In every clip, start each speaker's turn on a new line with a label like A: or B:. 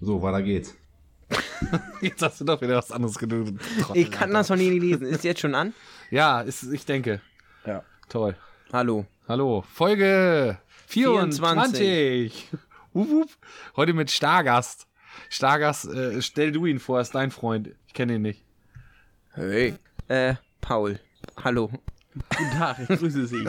A: So, weiter geht's.
B: Jetzt hast du doch wieder was anderes genug.
C: Ich kann das noch nie lesen. Ist jetzt schon an?
B: Ja, ich denke.
C: Ja.
B: Toll.
C: Hallo.
B: Folge 24. Heute mit Stargast. Stargast, stell du ihn vor, ist dein Freund. Ich kenne ihn nicht.
C: Hey. Paul. Hallo.
D: Guten Tag, ich grüße Sie.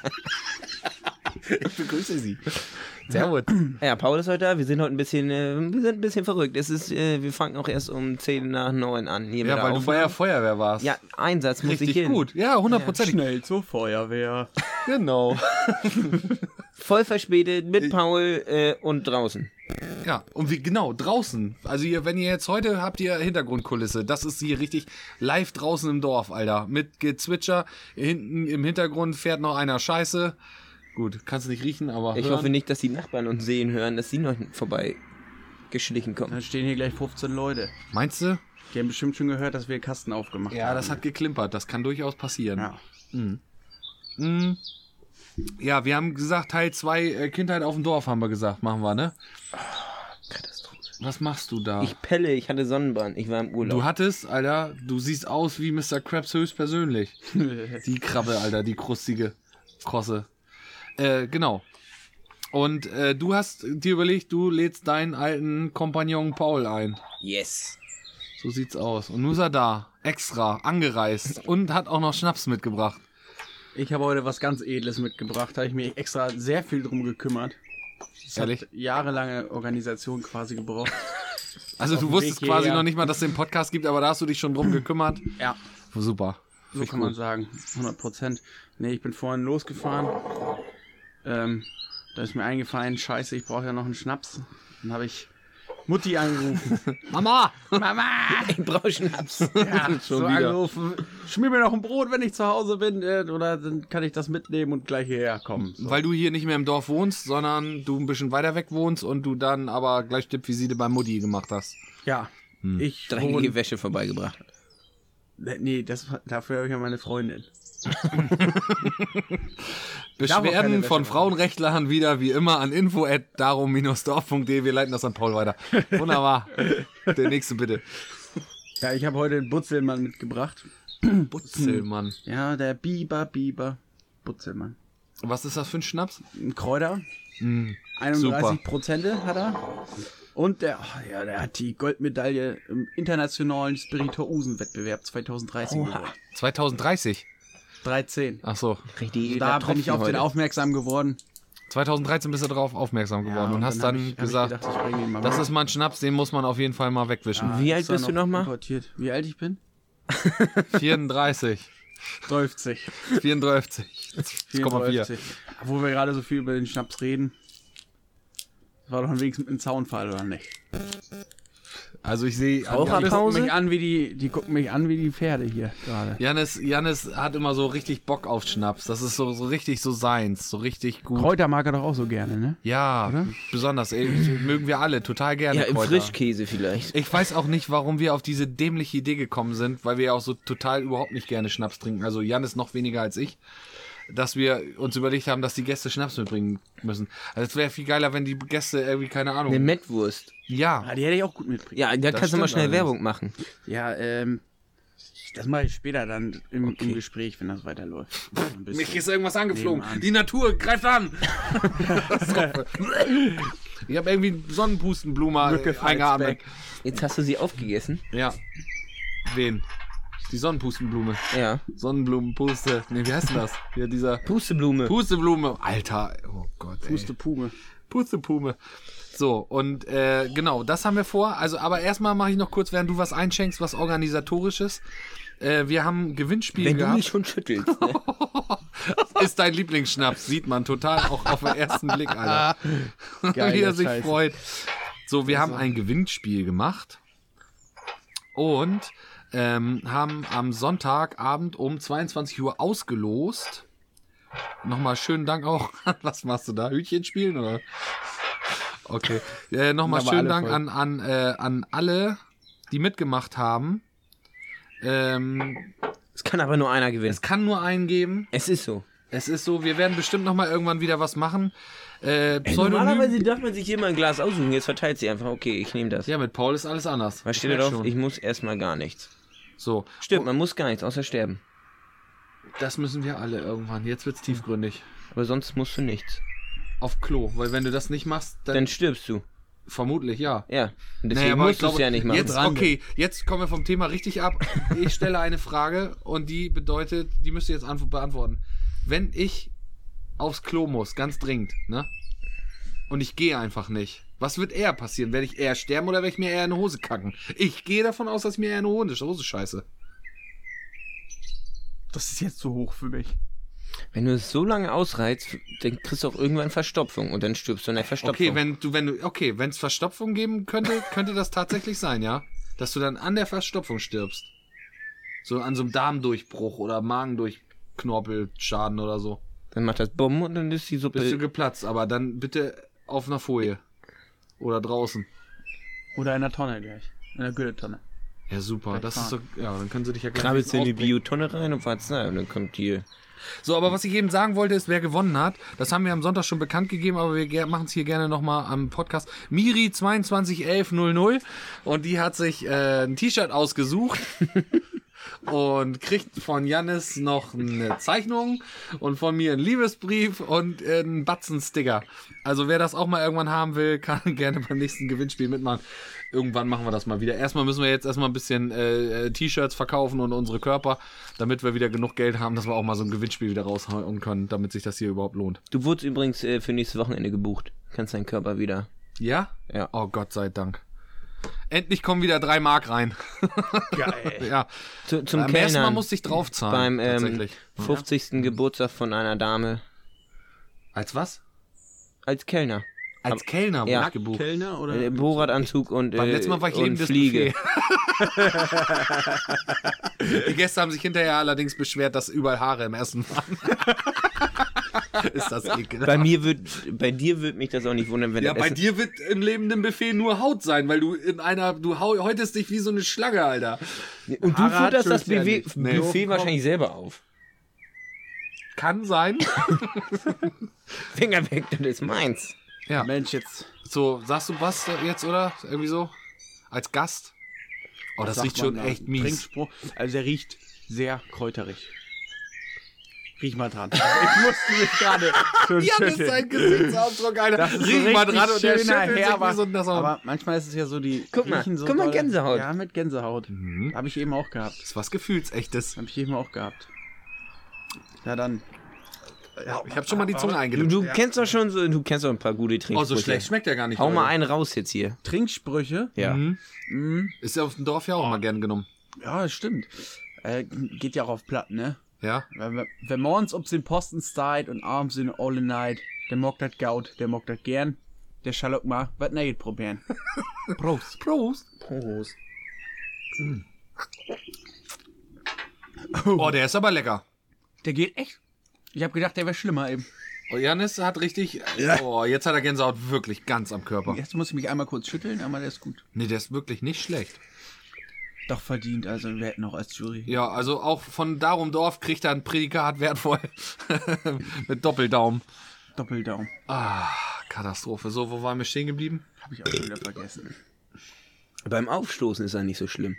B: Ich begrüße Sie. Servus.
C: Ja, Paul ist heute da. Wir sind heute ein bisschen verrückt. Wir fangen auch erst um 10 nach 9 an. Hier
B: Ja, weil du bei der Feuerwehr warst.
C: Ja, Einsatz muss ich
B: Richtig
C: hin.
B: gut. Ja, 100%.
D: Schnell zur Feuerwehr.
B: Genau.
C: Voll verspätet mit Paul und draußen.
B: Ja, und genau, draußen. Also wenn ihr jetzt heute habt ihr Hintergrundkulisse. Das ist hier richtig live draußen im Dorf, Alter. Mit Gezwitscher. Hinten im Hintergrund fährt noch einer Scheiße. Gut, kannst du nicht riechen, aber
C: Ich
B: hören.
C: hoffe nicht, dass die Nachbarn uns sehen hören, dass sie noch vorbei geschlichen kommen.
D: Dann stehen hier gleich 15 Leute.
B: Meinst du?
D: Die haben bestimmt schon gehört, dass wir Kasten aufgemacht haben.
B: Ja, das hat geklimpert. Das kann durchaus passieren.
D: Ja.
B: Ja, wir haben gesagt, Teil 2 Kindheit auf dem Dorf, haben wir gesagt. Machen wir, ne?
C: Katastrophe.
B: Was machst du da?
C: Ich pelle, ich hatte Sonnenbrand, ich war im Urlaub.
B: Du hattest, Alter, du siehst aus wie Mr. Krabs höchstpersönlich. Die Krabbe, Alter, die krustige Krosse. Genau. Und du hast dir überlegt, du lädst deinen alten Kompagnon Paul ein.
C: Yes.
B: So sieht's aus. Und nun ist er da, extra, angereist und hat auch noch Schnaps mitgebracht.
D: Ich habe heute was ganz Edles mitgebracht. Da habe ich mich extra sehr viel drum gekümmert. Das
B: Ehrlich?
D: hat jahrelange Organisation quasi gebraucht.
B: Also
D: Auf
B: du
D: dem
B: wusstest
D: Weg
B: quasi
D: hierher.
B: noch nicht mal, dass es den Podcast gibt, aber da hast du dich schon drum gekümmert.
D: Ja,
B: Super.
D: so
B: Finde ich
D: kann man
B: gut.
D: sagen. 100%. Nee, ich bin vorhin losgefahren. Da ist mir eingefallen, scheiße, ich brauche ja noch einen Schnaps. Dann habe ich Mutti angerufen.
B: Mama!
D: Mama!
C: Ich brauche Schnaps.
D: Ja,
B: Schon
D: so
B: wieder.
D: angerufen. Schmier mir noch ein Brot, wenn ich zu Hause bin, oder dann kann ich das mitnehmen und gleich hierher kommen. So.
B: Weil du hier nicht mehr im Dorf wohnst, sondern du ein bisschen weiter weg wohnst und du dann aber gleich Stippvisite bei Mutti gemacht hast.
D: Ja, ich
C: Dreckige
D: wohne...
C: Wäsche vorbeigebracht.
D: Nee, dafür habe ich ja meine Freundin.
B: Beschwerden
D: keine
B: von
D: Wäsche
B: Frauenrechtlern wieder wie immer an info@darum-dorf.de. Wir leiten das an Paul weiter. Wunderbar. Der nächste bitte.
D: Ja, ich habe heute den Butzelmann mitgebracht.
B: Butzelmann.
D: Ja, der Biber Butzelmann.
B: Was ist das für ein Schnaps?
D: Ein Kräuter.
B: Super.
D: 31% hat er. Und der hat die Goldmedaille im internationalen Spirituosen-Wettbewerb 2030 gewonnen.
B: 2030.
D: 13.
B: Ach so.
C: Richtig.
D: Da bin ich auf den aufmerksam geworden.
B: 2013 bist du darauf aufmerksam geworden und hast dann
D: hab ich
B: gesagt,
D: gedacht, ich bring den mal
B: das
D: mit.
B: ist mal ein Schnaps, den muss man auf jeden Fall mal wegwischen.
C: Wie alt
D: Ist er
C: bist du noch mal?
D: importiert. Wie alt ich bin?
B: 34.
D: 30.
B: 34. 1,4.
D: Wo wir gerade so viel über den Schnaps reden. Das war doch ein wenigstens ein Zaunfall, oder nicht?
B: Also ich sehe...
C: Auch
D: Die
C: Pause?
D: gucken mich an die gucken mich an wie die Pferde hier gerade.
B: Janis hat immer so richtig Bock auf Schnaps. Das ist so richtig so seins. So richtig gut.
D: Kräuter mag er doch auch so gerne, ne?
B: Ja,
D: Oder?
B: besonders. Mögen wir alle total gerne
C: Ja, im
B: Kräuter.
C: Frischkäse vielleicht.
B: Ich weiß auch nicht, warum wir auf diese dämliche Idee gekommen sind, weil wir ja auch so total überhaupt nicht gerne Schnaps trinken. Also Janis noch weniger als ich. Dass wir uns überlegt haben, dass die Gäste Schnaps mitbringen müssen. Also es wäre viel geiler, wenn die Gäste irgendwie, keine Ahnung.
C: Eine Mettwurst.
B: Ja,
D: Ah, die hätte ich auch gut mitbringen.
C: Ja, da kannst du mal
B: stimmt
C: schnell
B: allerdings.
C: Werbung machen.
D: Ja, das mache ich später dann im Gespräch, wenn das weiterläuft. Ein bisschen.
B: mich ist irgendwas angeflogen.
D: Nebenan.
B: Die Natur greift an. Ich habe irgendwie Sonnenpustenblume
D: Mücke
B: eingeatmet.
D: Falsbeck.
C: Jetzt hast du sie aufgegessen.
B: Ja. Wen? Die Sonnenpustenblume.
C: Ja.
B: Sonnenblumenpuste. Nee, wie heißt denn das? Hier dieser
C: Pusteblume.
B: Pusteblume. Alter. Oh Gott, ey.
D: Pustepume.
B: Pustepume. So, und genau, das haben wir vor. Also, aber erstmal mache ich noch kurz, während du was einschenkst, was Organisatorisches. Wir haben ein Gewinnspiel
C: Wenn du
B: gehabt.
C: mich schon schüttelst. Ne?
B: Ist dein Lieblingsschnaps, sieht man total auch auf den ersten Blick, Alter.
D: Geiler
B: Wie er sich
D: Scheiß.
B: freut. So, wir haben ein Gewinnspiel gemacht und haben am Sonntagabend um 22 Uhr ausgelost. Nochmal schönen Dank auch. Was machst du da? Hütchen spielen oder? Okay. Nochmal
D: Aber
B: schönen
D: alle
B: Dank
D: voll.
B: an alle, die mitgemacht haben.
C: Es kann aber nur einer gewinnen.
B: Es kann nur einen geben.
C: Es ist so.
B: Es ist so, wir werden bestimmt noch mal irgendwann wieder was machen.
C: Normalerweise darf man sich hier mal ein Glas aussuchen, jetzt verteilt sie einfach, okay, ich nehme das.
B: Ja, mit Paul ist alles anders.
C: Was steht da drauf? Ich muss erstmal gar nichts.
B: So.
C: Stimmt, man muss gar nichts, außer sterben.
B: Das müssen wir alle irgendwann. Jetzt wird's tiefgründig.
C: Aber sonst musst du nichts.
B: Auf Klo, weil wenn du das nicht machst,
C: Dann stirbst du.
B: vermutlich ja.
C: Ja, und deswegen
B: aber
C: musst du es ja nicht machen.
B: Jetzt, okay, jetzt kommen wir vom Thema richtig ab. Ich stelle eine Frage und die bedeutet, die müsst ihr jetzt beantworten. Wenn ich aufs Klo muss, ganz dringend, ne? Und ich gehe einfach nicht. Was wird eher passieren? Werde ich eher sterben oder werde ich mir eher eine Hose kacken? Ich gehe davon aus, dass ich mir eher eine Hose scheiße.
D: Das ist jetzt zu hoch für mich.
C: Wenn du es so lange ausreizt, dann kriegst du auch irgendwann Verstopfung und dann stirbst du an der Verstopfung.
B: Okay, wenn es Verstopfung geben könnte das tatsächlich sein, ja? Dass du dann an der Verstopfung stirbst. So an so einem Darmdurchbruch oder Magendurchknorpelschaden oder so.
C: Dann macht das Bumm und dann ist die Suppe...
B: Bist du geplatzt, aber dann bitte auf einer Folie. Oder draußen.
D: Oder in der Tonne gleich. In der Gürteltonne.
B: Ja, super. Das ist so, ja, dann können sie dich ja gleich
C: Krabbelst du in die
B: aufbringen.
C: Biotonne rein und wartest da und dann kommt die...
B: So, aber was ich eben sagen wollte, ist, wer gewonnen hat. Das haben wir am Sonntag schon bekannt gegeben, aber wir machen es hier gerne nochmal am Podcast. Miri221100 und die hat sich ein T-Shirt ausgesucht und kriegt von Jannis noch eine Zeichnung und von mir einen Liebesbrief und einen Batzen-Sticker. Also wer das auch mal irgendwann haben will, kann gerne beim nächsten Gewinnspiel mitmachen. Irgendwann machen wir das mal wieder. Erstmal müssen wir jetzt ein bisschen T-Shirts verkaufen und unsere Körper, damit wir wieder genug Geld haben, dass wir auch mal so ein Gewinnspiel wieder raushauen können, damit sich das hier überhaupt lohnt.
C: Du wurdest übrigens für nächstes Wochenende gebucht. Kannst deinen Körper wieder...
B: Ja?
C: Ja.
B: Oh Gott sei Dank. Endlich kommen wieder 3 Mark rein.
D: Geil.
B: Ja.
C: Zum
B: Beim
C: Kellnern.
B: ersten Mal musste ich draufzahlen.
C: Beim
B: tatsächlich.
C: 50. Geburtstag von einer Dame.
B: Als was?
C: Als Kellner.
B: Als Kellner wurde
C: Ja.
B: ich gebucht.
D: Kellner oder?
C: Bohrradanzug und
B: Beim letzten Mal war ich
C: und
B: lebendes
C: Fliege.
B: Die Gäste haben sich hinterher allerdings beschwert, dass überall Haare im Essen waren. Ist das ekelhaft.
C: Bei dir wird mich das auch nicht wundern, wenn
B: Ja,
C: das
B: bei
C: Essen...
B: dir wird im lebenden Buffet nur Haut sein, weil du häutest dich wie so eine Schlange, Alter.
C: Und du
D: Haare hat
C: futterst das
D: Schulz ja nicht.
C: Buffet wahrscheinlich selber auf.
B: Kann sein.
C: Finger weg, das ist meins.
B: Ja.
D: Mensch, jetzt.
B: So, sagst du was jetzt, oder? Irgendwie so? Als Gast? Oh, das
D: sagt
B: riecht schon
D: man da?
B: echt mies.
D: Trinkspruch. Also der riecht sehr kräuterig. Riech mal dran. Ich musste mich gerade schon
B: Ja, das ist
D: schütteln.
B: ein Gesichtsausdruck, Alter.
D: Das ist so
B: Riech mal
D: richtig
B: dran und der
D: schöner
B: schüttelt sich
D: herber.
B: wie so ein Nasser.
D: Aber manchmal ist es ja so, die
C: Guck mal,
D: riechen so
C: guck mal,
D: doll.
C: Gänsehaut.
D: Ja, mit Gänsehaut. Habe ich eben auch gehabt.
B: Das ist was Gefühlsechtes.
D: Habe ich eben auch gehabt. Ja, dann.
B: Ich habe schon mal die Zunge
C: Du
B: eingedrückt.
C: kennst doch schon so, du kennst doch ein paar gute Trinksprüche.
B: Oh, so schlecht schmeckt der gar nicht.
C: Hau
B: Leute.
C: mal einen raus jetzt hier.
D: Trinksprüche.
C: Ja.
B: Ist ja auf dem Dorf ja auch mal gern genommen.
D: Ja, das stimmt. Geht ja auch auf Platten, ne?
B: Ja?
D: Wenn morgens ob den Posten steigt und abends in all night, der mag das gaut, der mag das gern. Der schall auch mal was Neues probieren. Prost.
B: Prost.
C: Prost.
B: Oh, der ist aber lecker.
D: Der geht echt. Ich habe gedacht, der wäre schlimmer eben.
B: Oh, Janis hat richtig... Oh, jetzt hat er Gänsehaut wirklich ganz am Körper.
D: Jetzt muss ich mich einmal kurz schütteln, aber der ist gut.
B: Nee, der ist wirklich nicht schlecht.
D: Doch verdient, also wir hätten auch als Jury.
B: Ja, also auch von Darum Dorf kriegt er ein Prädikat wertvoll. Mit Doppeldaumen.
D: Doppeldaumen.
B: Ah, Katastrophe. So, wo waren wir stehen geblieben?
D: Habe ich auch schon wieder vergessen.
C: Beim Aufstoßen ist er nicht so schlimm.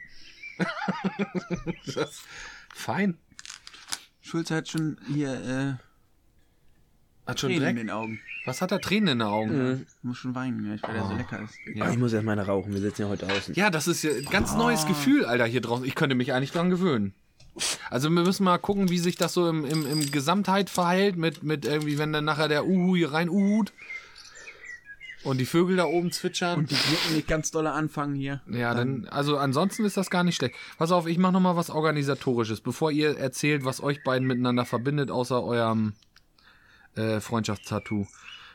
B: Das fein.
D: Schulz hat schon hier
B: Hat schon
D: Tränen in
B: Dreck.
D: den Augen.
B: Was hat er? Tränen in den Augen?
D: Muss schon weinen, ja, weil der so lecker ist.
C: Ja. Ich muss erst mal rauchen, wir sitzen ja heute außen.
B: Ja, das ist ja ein ganz neues Gefühl, Alter, hier draußen. Ich könnte mich eigentlich dran gewöhnen. Also wir müssen mal gucken, wie sich das so im Gesamtheit verhält, mit irgendwie, wenn dann nachher der Uhu hier rein uhut und die Vögel da oben zwitschern.
D: Und die Glocken nicht ganz dolle anfangen hier.
B: Ja, dann, also ansonsten ist das gar nicht schlecht. Pass auf, ich mach noch mal was Organisatorisches, bevor ihr erzählt, was euch beiden miteinander verbindet, außer eurem Freundschaftstattoo.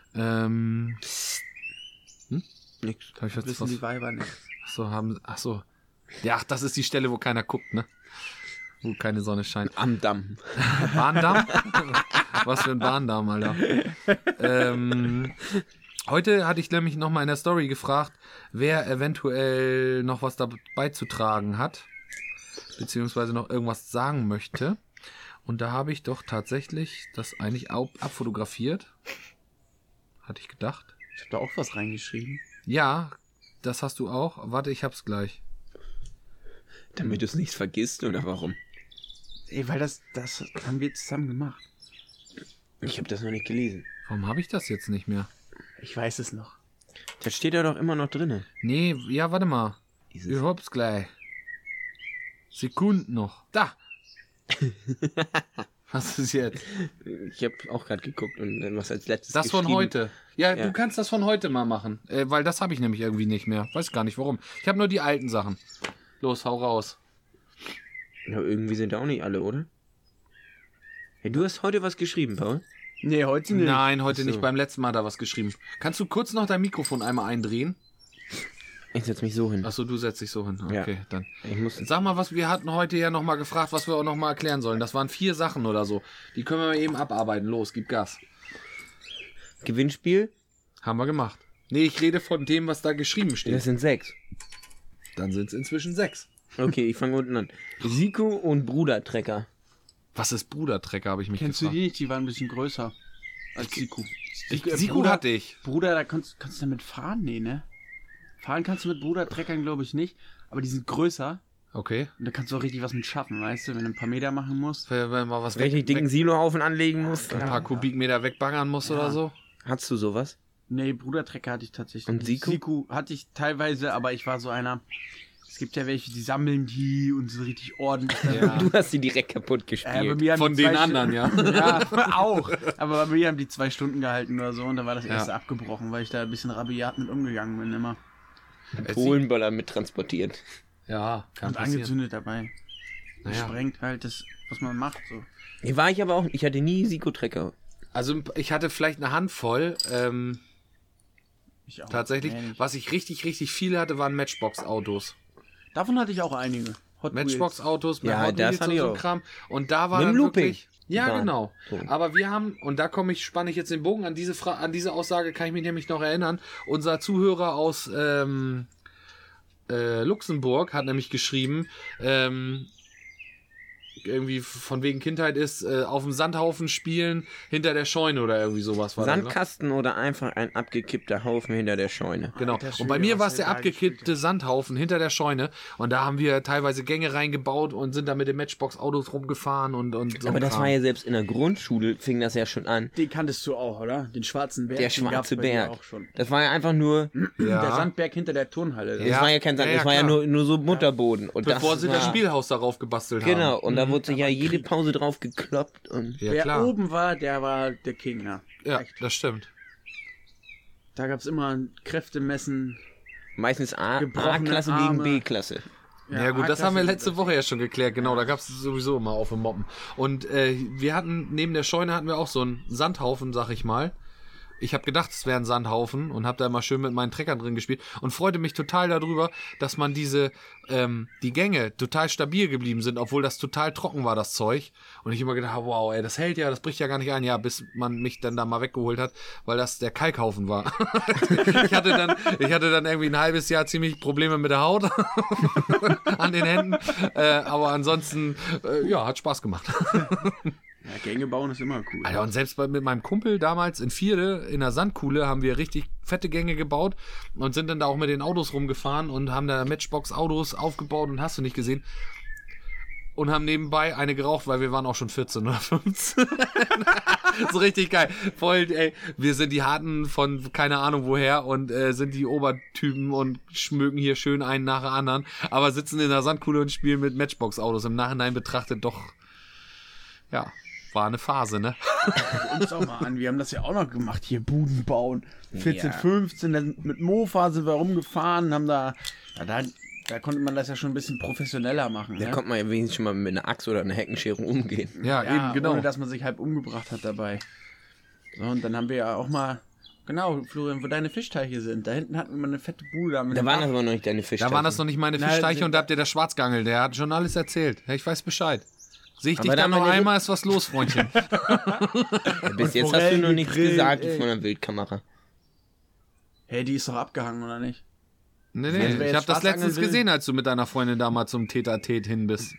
C: Nix.
B: Hab ich jetzt
D: Wissen
B: was?
D: die Weiber nicht.
B: Ach so. Ja, ach, das ist die Stelle, wo keiner guckt, ne? Wo keine Sonne scheint.
C: Am Damm.
B: Bahndamm? Was für ein Bahndamm, Alter. Heute hatte ich nämlich noch mal in der Story gefragt, wer eventuell noch was dabei beizutragen hat, beziehungsweise noch irgendwas sagen möchte. Und da habe ich doch tatsächlich das eigentlich abfotografiert. Hatte ich gedacht.
D: Ich habe da auch was reingeschrieben.
B: Ja, das hast du auch. Warte, ich hab's gleich.
C: Damit du es nicht vergisst, oder warum?
D: Ey, weil das haben wir zusammen gemacht.
C: Ich habe das noch nicht gelesen.
B: Warum habe ich das jetzt nicht mehr?
D: Ich weiß es noch.
C: Das steht da doch immer noch drin.
B: Nee, ja, warte mal. Ich hab's gleich. Sekunden noch. Da! Was ist jetzt?
C: Ich habe auch gerade geguckt und was als letztes
B: Das von
C: geschrieben.
B: heute. Ja,
C: Ja.
B: du kannst das von heute mal machen. Weil das habe ich nämlich irgendwie nicht mehr. Weiß gar nicht warum. Ich habe nur die alten Sachen. Los, hau raus.
C: Ja, irgendwie sind da auch nicht alle, oder? Ja, du hast heute was geschrieben, Paul.
D: Nee, heute nicht.
B: Nein, heute
C: Ach so.
B: nicht. Beim letzten Mal hat er was geschrieben. Kannst du kurz noch dein Mikrofon einmal eindrehen?
C: Ich setz mich so hin.
B: Achso, du setzt dich so hin. Okay,
C: Ja.
B: dann.
C: Ich muss.
B: Sag mal, wir hatten heute ja nochmal gefragt, was wir auch nochmal erklären sollen. Das waren 4 Sachen oder so. Die können wir eben abarbeiten. Los, gib Gas.
C: Gewinnspiel?
B: Haben wir gemacht. Nee, ich rede von dem, was da geschrieben
C: Das
B: steht.
C: sind 6.
B: Dann sind es inzwischen 6.
C: Okay, ich fange unten an. Siko und Brudertrecker.
B: Was ist Brudertrecker, habe ich mich
D: Kennst du
B: gefragt.
D: die nicht? Die waren ein bisschen größer als Siku.
B: Siku hatte ich.
D: Bruder, da kannst du damit fahren? Nee, ne? Fahren kannst du mit Brudertreckern, glaube ich, nicht. Aber die sind größer.
B: Okay.
D: Und da kannst du auch richtig was mit schaffen, weißt du? Wenn du ein paar Meter machen musst.
B: Wenn man was
C: Richtig dicken Silohaufen anlegen muss.
B: ein paar Kubikmeter wegbaggern muss oder so.
C: Hast du sowas?
D: Nee, Brudertrecker hatte ich tatsächlich.
C: Und Siku?
D: Siku hatte ich teilweise, aber ich war so einer. Es gibt ja welche, die sammeln die und so richtig ordentlich.
B: Ja.
C: Du hast sie direkt kaputt
D: Bei
C: gespielt.
D: mir haben
B: Von
D: die
B: den
D: 2
B: anderen, ja.
D: Ja, auch. Aber bei mir haben die 2 Stunden gehalten oder so und dann war das erste abgebrochen, weil ich da ein bisschen rabiat mit umgegangen bin immer.
C: Polenböller mittransportiert.
B: Ja, kann
D: Und
B: passieren.
D: angezündet dabei. Das
B: Naja.
D: sprengt halt das, was man macht. So.
C: Nee, war ich aber auch. Ich hatte nie Siko-Trecker.
B: Also ich hatte vielleicht eine Handvoll.
D: Ich auch.
B: Tatsächlich.
D: Nee, nicht.
B: Was ich richtig, richtig viele hatte, waren Matchbox-Autos.
D: Davon hatte ich auch einige. Hot Wheels.
B: Matchbox-Autos mit
C: Ja,
B: Hot
C: das
B: Wheels
C: hatte
B: und
C: ich
B: so
C: auch.
B: Kram. Und da war
C: Mit
B: dann
C: dem Looping.
B: wirklich... Ja,
C: Bahn.
B: genau.
C: So.
B: Aber wir haben, und da spanne ich jetzt den Bogen, an diese Aussage kann ich mich nämlich noch erinnern. Unser Zuhörer aus Luxemburg hat nämlich geschrieben, irgendwie von wegen Kindheit ist, auf dem Sandhaufen spielen hinter der Scheune oder irgendwie sowas war das, ne?
C: Sandkasten oder einfach ein abgekippter Haufen hinter der Scheune.
B: Genau.
D: Alter
B: Und bei
D: Schwede,
B: mir war es
D: was
B: der
D: wir da
B: abgekippte
D: gespielt
B: Sandhaufen hinter der Scheune. Und da haben wir teilweise Gänge reingebaut und sind da mit den Matchbox-Autos rumgefahren und so.
C: Aber das
B: Kram.
C: war ja selbst in der Grundschule, fing das ja schon an.
D: Den kanntest du auch, oder? Den schwarzen Berg.
C: Der
D: den gab's
C: schwarze
D: bei dir
C: Berg.
D: Auch schon.
C: Das war ja einfach nur,
B: Ja.
D: Der Sandberg hinter der Turnhalle.
C: das
B: Ja.
C: war ja kein Sand,
B: Ja,
C: das war ja
B: klar.
C: nur so Mutterboden. Und
B: Bevor
C: das
B: sie
C: war,
B: das Spielhaus darauf gebastelt
C: Genau,
B: haben.
C: und da wurde sich ja jede Pause drauf gekloppt und
B: Ja,
D: Wer
B: klar.
D: oben war, der war der King, ja.
B: Ja,
D: Echt.
B: das stimmt.
D: Da gab es immer Kräftemessen.
C: meistens
D: Gebrochene
C: A-Klasse
D: Arme.
C: gegen B-Klasse.
B: Ja, gut, das haben wir letzte Woche ja schon geklärt. Genau, da gab es sowieso immer auf dem Moppen. Und wir hatten, neben der Scheune hatten wir auch so einen Sandhaufen, sag ich mal. Ich habe gedacht, es wäre ein Sandhaufen und habe da immer schön mit meinen Treckern drin gespielt und freute mich total darüber, dass man die Gänge total stabil geblieben sind, obwohl das total trocken war, das Zeug. Und ich immer gedacht habe, wow, ey, das hält ja, das bricht ja gar nicht ein. Ja, bis man mich dann da mal weggeholt hat, weil das der Kalkhaufen war. ich hatte dann irgendwie ein halbes Jahr ziemlich Probleme mit der Haut an den Händen. Aber ansonsten, ja, hat Spaß gemacht.
D: Ja, Gänge bauen ist immer cool.
B: Alter, und selbst mit meinem Kumpel damals in Vierde, in der Sandkuhle, haben wir richtig fette Gänge gebaut und sind dann da auch mit den Autos rumgefahren und haben da Matchbox-Autos aufgebaut und hast du nicht gesehen. Und haben nebenbei eine geraucht, weil wir waren auch schon 14 oder 15. So richtig geil. Voll, ey, wir sind die Harten von keine Ahnung woher und sind die Obertypen und schmücken hier schön einen nach dem anderen, aber sitzen in der Sandkuhle und spielen mit Matchbox-Autos. Im Nachhinein betrachtet doch, ja, war eine Phase, ne?
D: Uns auch mal an. Wir haben das ja auch noch gemacht, hier Buden bauen. 14,
C: Ja.
D: 15, dann mit Mofa sind wir rumgefahren, haben da konnte man das ja schon ein bisschen professioneller machen.
C: Da
D: ne?
C: konnte man ja wenigstens schon mal mit einer Axt oder einer Heckenschere umgehen.
B: Ja,
D: Ja,
B: eben, genau.
D: ohne dass man sich halb umgebracht hat dabei. So, und dann haben wir ja auch mal, genau, Florian, wo deine Fischteiche sind. Da hinten hatten wir mal eine fette Bude.
C: Da waren aber noch nicht deine Fische.
B: Da waren das noch nicht meine
D: Nein,
B: Fischteiche
D: sind-
B: und da habt ihr das Schwarzgangel. Der hat schon alles erzählt. Ja, ich weiß Bescheid. Sehe ich
C: Aber
B: dich
C: da
B: dann noch
C: meine-
B: einmal, ist was los, Freundchen.
C: Bis jetzt hast du
D: Forellen
C: noch nichts
D: gegrillt,
C: gesagt
D: ey.
C: von der Wildkamera.
D: Hey, die ist doch abgehangen, oder nicht?
B: Nee,
D: Wer
B: nee.
D: jetzt
B: Ich habe das
D: Schwarzangeln
B: letztens
D: will-
B: gesehen, als du mit deiner Freundin da mal zum Tete-a-Tete hin bist.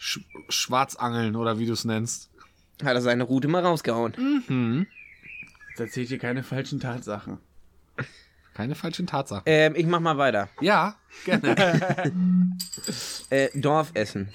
B: Schwarzangeln oder wie du es nennst.
C: Hat er seine Route mal rausgehauen.
B: Mhm.
D: Jetzt erzählt ihr keine falschen Tatsachen.
B: Keine falschen Tatsachen.
C: Ich mach mal weiter.
B: Ja, gerne.
C: Dorfessen.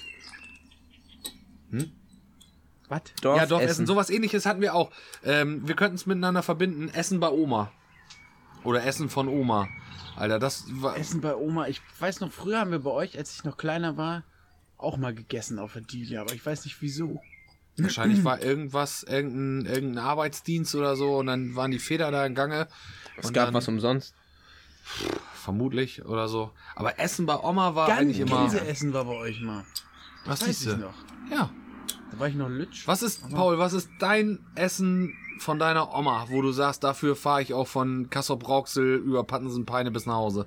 D: Was?
B: Ja, Dorfessen. Sowas ähnliches hatten wir auch. Wir könnten es miteinander verbinden. Essen bei Oma. Oder Essen von Oma. Alter, das war...
D: Essen bei Oma. Ich weiß noch, früher haben wir bei euch, als ich noch kleiner war, auch mal gegessen auf der Diele. Aber ich weiß nicht, wieso.
B: Wahrscheinlich war irgendein Arbeitsdienst oder so und dann waren die Feder da in Gange.
C: Es gab was umsonst.
B: Vermutlich oder so. Aber Essen bei Oma war eigentlich immer...
D: Gänseessen war bei euch mal.
B: Was
D: Weiß
B: siehst
D: ich
B: du?
D: noch.
B: Ja.
D: Da war ich noch Lütsch.
B: Paul, was ist dein Essen von deiner Oma, wo du sagst, dafür fahre ich auch von Kassel-Brauxel über Pattensen-Peine bis nach Hause?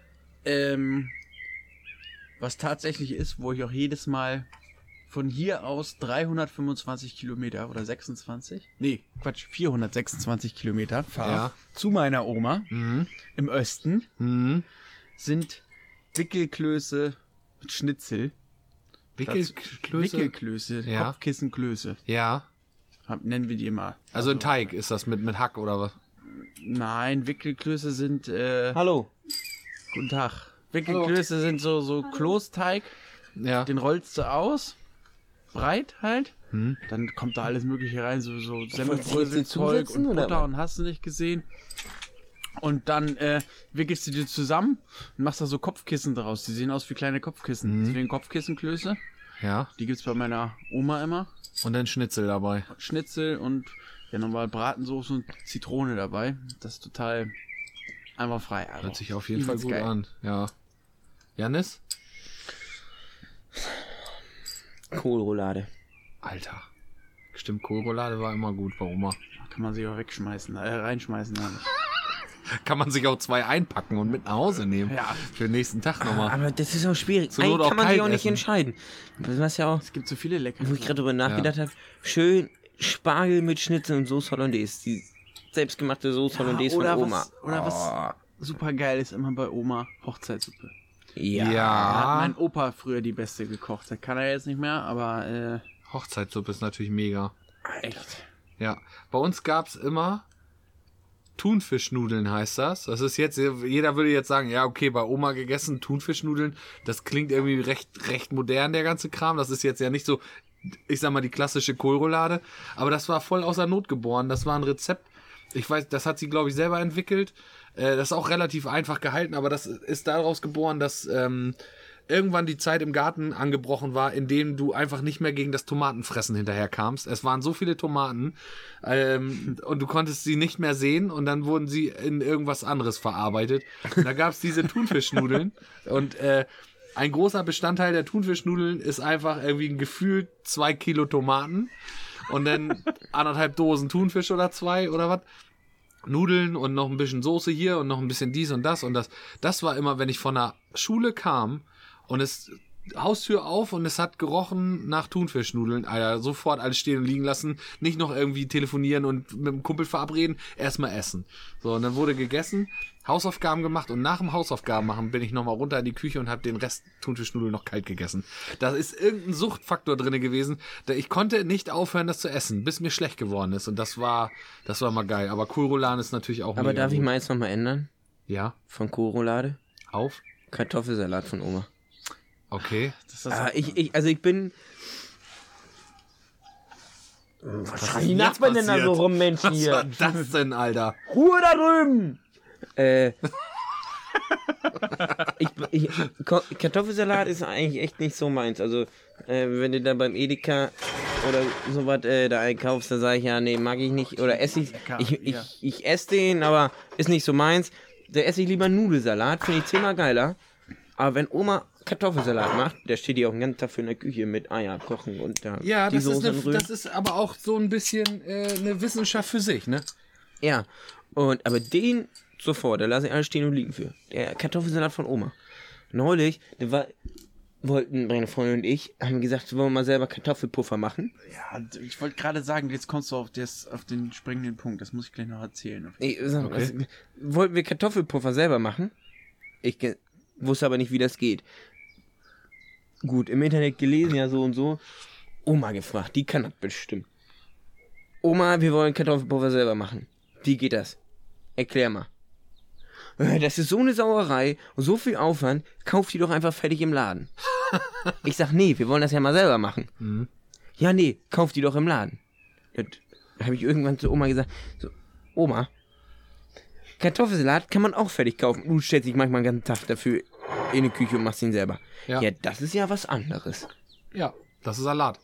D: Was tatsächlich ist, wo ich auch jedes Mal von hier aus 325 Kilometer oder 26? Nee, Quatsch, 426 Kilometer fahre zu meiner Oma im Osten sind Wickelklöße mit Schnitzel. Wickelklöße,
B: Ja.
D: Kopfkissenklöße.
B: Ja.
D: Nennen wir die immer.
B: Also ein Teig ist das mit Hack oder was?
D: Nein, Wickelklöße sind,
C: Hallo.
D: guten Tag. Wickelklöße sind so Kloßteig,
B: Ja.
D: den rollst du aus, breit halt. Dann kommt da alles mögliche rein, so Semmelbrösel, Zeug
C: zusetzen,
D: und
C: oder
D: Butter
C: was?
D: und hast du nicht gesehen. Und dann wickelst du die zusammen und machst da so Kopfkissen draus. Die sehen aus wie kleine Kopfkissen. Deswegen Kopfkissenklöße.
B: Ja.
D: Die gibt's bei meiner Oma immer.
B: Und dann Schnitzel dabei.
D: Schnitzel und ja nochmal Bratensoße und Zitrone dabei. Das ist total einfach frei. Also,
B: Hört sich auf jeden Fall
D: übelst
B: gut
D: geil.
B: an. Ja. Janis?
C: Kohlroulade.
B: Alter. Stimmt, Kohlroulade war immer gut bei Oma.
D: Kann man sich auch wegschmeißen, reinschmeißen. Ja.
B: Kann man sich auch 2 einpacken und mit nach Hause nehmen.
D: Ja.
B: Für den nächsten Tag nochmal.
C: Aber das ist auch schwierig.
B: Zur Not
C: Eigentlich
B: auch
C: kann man sich
B: kalt
C: auch nicht
B: essen.
C: entscheiden. Was ja auch,
D: Es gibt so viele leckere.
C: wo ich gerade drüber nachgedacht habe, schön Spargel mit Schnitzel und Sauce Hollandaise. Die selbstgemachte Sauce Hollandaise von Oma.
D: Was super geil ist immer bei Oma, Hochzeitssuppe.
C: Ja.
D: Da hat
B: Ja.
D: mein Opa früher die beste gekocht. Das kann er jetzt nicht mehr, aber
B: Hochzeitssuppe ist natürlich mega.
D: echt.
B: Ja. Bei uns gab's immer Thunfischnudeln heißt das. Das ist jetzt, jeder würde jetzt sagen, ja, okay, bei Oma gegessen, Thunfischnudeln. Das klingt irgendwie recht modern, der ganze Kram. Das ist jetzt ja nicht so, ich sag mal, die klassische Kohlroulade. Aber das war voll aus der Not geboren. Das war ein Rezept. Ich weiß, das hat sie, glaube ich, selber entwickelt. Das ist auch relativ einfach gehalten, aber das ist daraus geboren, dass irgendwann die Zeit im Garten angebrochen war, in dem du einfach nicht mehr gegen das Tomatenfressen hinterherkamst. Es waren so viele Tomaten und du konntest sie nicht mehr sehen und dann wurden sie in irgendwas anderes verarbeitet. Und da gab es diese Thunfischnudeln und ein großer Bestandteil der Thunfischnudeln ist einfach irgendwie ein Gefühl 2 Kilo Tomaten und dann 1,5 Dosen Thunfisch oder 2 oder was. Nudeln und noch ein bisschen Soße hier und noch ein bisschen dies und das. Und das war immer, wenn ich von der Schule kam und es Haustür auf und es hat gerochen nach Thunfischnudeln. Alter, sofort alles stehen und liegen lassen. Nicht noch irgendwie telefonieren und mit dem Kumpel verabreden. Erstmal essen. So, und dann wurde gegessen, Hausaufgaben gemacht und nach dem Hausaufgaben machen bin ich nochmal runter in die Küche und habe den Rest Thunfischnudeln noch kalt gegessen. Da ist irgendein Suchtfaktor drinne gewesen. Ich konnte nicht aufhören, das zu essen, bis mir schlecht geworden ist. Und das war mal geil. Aber Kohlrouladen ist natürlich auch
C: Aber
B: mega
C: darf ich
B: gut.
C: meins nochmal ändern?
B: Ja,
C: Von Kohlroulade?
B: auf.
C: Kartoffelsalat von Oma.
B: Okay.
D: Das ist
C: Ich bin... Was schreien die
B: jetzt
C: Nachbarn denn da so
B: passiert?
C: rum, Mensch,
B: Was war
C: hier?
B: das denn, Alter?
C: Ruhe da drüben! Kartoffelsalat ist eigentlich echt nicht so meins. Also, wenn du da beim Edeka oder sowas da einkaufst, da sage ich ja, nee, mag ich nicht. Oder esse ich. Ich esse den, aber ist nicht so meins. Da esse ich lieber Nudelsalat, finde ich 10-mal geiler. Aber wenn Oma Kartoffelsalat macht, der steht ja auch den ganzen Tag für in der Küche mit Eier kochen und da
B: Ja,
C: die
B: das
C: Soße rühren.
B: das ist aber auch so ein bisschen eine Wissenschaft für sich, ne?
C: Ja, aber den sofort, da lasse ich alles stehen und liegen für. Der Kartoffelsalat von Oma. Neulich, wollten meine Freundin und ich, haben gesagt, wollen wir mal selber Kartoffelpuffer machen.
D: Ja, ich wollte gerade sagen, jetzt kommst du auf den springenden Punkt. Das muss ich gleich noch erzählen.
C: Wollten wir Kartoffelpuffer selber machen? Ich wusste aber nicht, wie das geht. Gut, im Internet gelesen, ja so und so. Oma gefragt, die kann das bestimmt. Oma, wir wollen Kartoffelpuffer selber machen. Wie geht das? Erklär mal. Das ist so eine Sauerei und so viel Aufwand, kauf die doch einfach fertig im Laden. Ich sag, nee, wir wollen das ja mal selber machen.
B: Mhm.
C: Ja, nee, kauf die doch im Laden. Da habe ich irgendwann zu Oma gesagt, so, Oma, Kartoffelsalat kann man auch fertig kaufen. Du stellst dich manchmal einen ganzen Tag dafür in die Küche und machst ihn selber.
B: Ja.
C: Ja, das ist ja was anderes.
B: Ja, das ist Salat.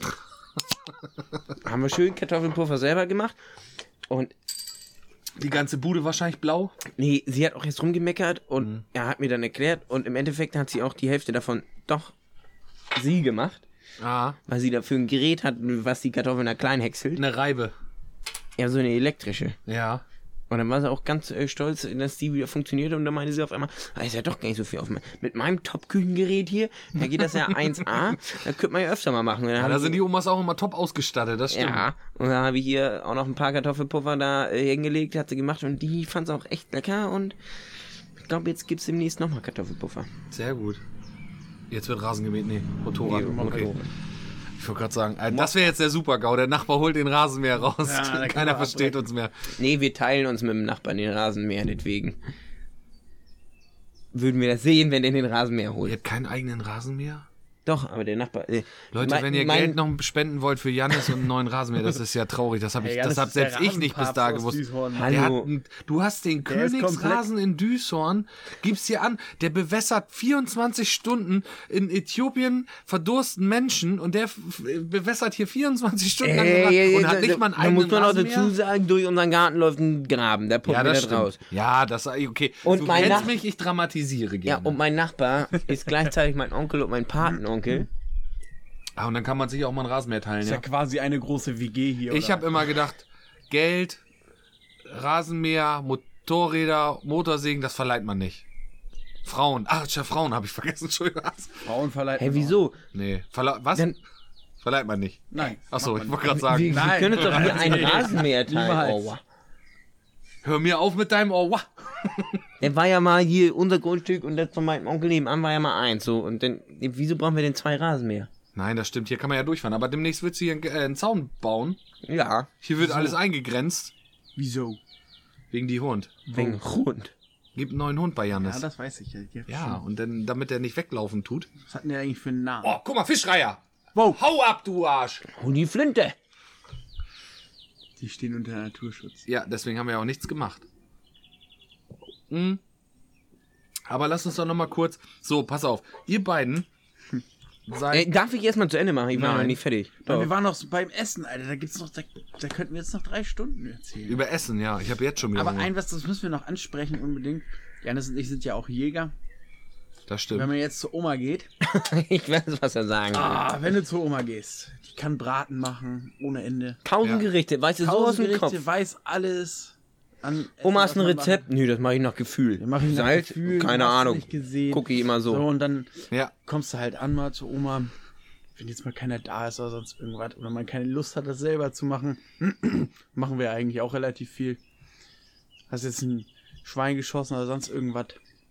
C: Haben wir schön Kartoffelpuffer selber gemacht und
B: Die ganze Bude wahrscheinlich blau.
C: nee, sie hat auch erst rumgemeckert und er hat mir dann erklärt und im Endeffekt hat sie auch die Hälfte davon doch sie gemacht,
B: Ah,
C: weil sie dafür ein Gerät hat, was die Kartoffeln da klein häckselt.
B: eine Reibe.
C: Ja, so eine elektrische.
B: Ja.
C: Und dann war sie auch ganz stolz, dass die wieder funktionierte und dann meinte sie auf einmal, ist ja doch gar nicht so viel auf. Mit meinem Top-Küchengerät hier, da geht das ja 1A, da könnte man ja öfter mal machen. Und dann
B: Ja,
C: haben
B: da
C: sie-
B: sind die Omas auch immer top ausgestattet, das stimmt.
C: Ja, und dann habe ich hier auch noch ein paar Kartoffelpuffer da hingelegt, hat sie gemacht und die fand es auch echt lecker und ich glaube, jetzt gibt es demnächst nochmal Kartoffelpuffer.
B: Sehr gut. Jetzt wird Rasen gemäht, nee, Motorrad.
C: Nee,
B: Okay. Ich wollte gerade sagen, das wäre jetzt der Super-GAU. Der Nachbar holt den Rasenmäher raus.
D: Ja, da kann
B: Keiner
D: man
B: versteht uns mehr.
C: Nee, wir teilen uns mit dem Nachbarn den Rasenmäher, deswegen. Würden wir das sehen, wenn der den Rasenmäher
B: Ihr
C: holt.
B: habt keinen eigenen Rasenmäher?
C: Doch, aber der Nachbar...
B: Leute, wenn ihr Geld noch spenden wollt für Jannis und einen neuen Rasenmäher, das ist ja traurig. Das habe hab selbst ich nicht bis da gewusst.
C: Hallo.
B: Du hast den
D: Der ist
B: Königsrasen in Düshorn, gibst hier an, der bewässert 24 Stunden in Äthiopien verdursten Menschen und der bewässert hier 24 Stunden lang und hat nicht mal einen
C: da
B: eigenen
C: muss man auch
B: Rasenmäher.
C: dazu sagen, durch unseren Garten läuft ein Graben, der pumpt
B: Ja,
C: wieder
B: das
C: raus.
B: stimmt. Ja, das okay.
C: Und
B: du
C: mein
B: kennst
C: Nach-
B: mich, ich dramatisiere
C: Ja,
B: gerne.
C: und mein Nachbar ist gleichzeitig mein Onkel und mein Patenonkel.
B: Und dann kann man sich auch mal einen Rasenmäher teilen,
D: ist ja
B: ja.
D: quasi eine große WG hier.
B: Ich habe immer gedacht, Geld, Rasenmäher, Motorräder, Motorsägen, das verleiht man nicht. Frauen, Frauen habe ich vergessen, Entschuldigung.
D: Frauen verleihen.
C: Hä, wieso?
B: Nee, was?
C: Dann-
B: Verleiht man nicht.
D: Nein.
B: Achso,
D: macht
B: ich
D: man
B: wollte gerade
C: Wir,
B: sagen,
C: wir
D: Nein.
C: können uns doch hier einen Rasenmäher teilen.
D: Niemals.
C: Oh, wow.
B: hör mir auf mit deinem Ohr.
C: Der war ja mal hier unser Grundstück und das von meinem Onkel nebenan war ja mal eins. So. Und dann, wieso brauchen wir denn 2 Rasenmäher?
B: Nein, das stimmt, hier kann man ja durchfahren. Aber demnächst willst du hier einen Zaun bauen.
C: Ja,
B: Hier wird alles eingegrenzt.
D: Wieso?
B: Wegen die Hund.
C: wegen Hund.
B: Gibt einen neuen Hund bei
D: Ja,
B: Jannis.
D: das weiß ich ja.
B: Ja, und dann, damit der nicht weglaufen tut.
D: Was hat denn der eigentlich für einen Namen?
B: Oh, guck mal, Fischreiher.
D: Wow.
B: Hau ab, du Arsch.
C: Und die Flinte.
D: Die stehen unter Naturschutz.
B: Ja, deswegen haben wir ja auch nichts gemacht. Aber lass uns doch noch mal kurz... So, pass auf. Ihr beiden seid...
C: Darf ich erstmal zu Ende machen? Ich war
B: Nein.
C: noch nicht fertig.
D: Ja, wir waren noch so beim Essen, Alter. Da gibt's noch, da könnten wir jetzt noch 3 Stunden erzählen.
B: Über Essen, ja. Ich habe jetzt schon wieder
D: Aber
B: Hunger.
D: das müssen wir noch ansprechen unbedingt. Janis und ich sind ja auch Jäger.
B: Das
D: Wenn
B: stimmt.
D: man jetzt zur Oma geht,
C: Ich weiß, was er sagen will.
D: wenn du zur Oma gehst, die kann Braten machen ohne Ende.
C: 1000 Gerichte, weißt du, so aus dem Kopf.
D: weiß alles. An Essen,
C: Oma, hast
D: was
C: du ein
D: man
C: Rezept? Nö, das mache ich nach Gefühl.
D: machen. Mach ich nach
C: Salz?
D: Gefühl,
C: Keine
D: hast du
C: Ahnung.
D: Nicht gesehen.
C: Gucke ich immer so.
D: So, und dann
B: Ja.
D: kommst du halt an mal zur Oma, wenn jetzt mal keiner da ist oder sonst irgendwas, oder man keine Lust hat, das selber zu machen, machen wir eigentlich auch relativ viel. Hast jetzt ein Schwein geschossen oder sonst irgendwas,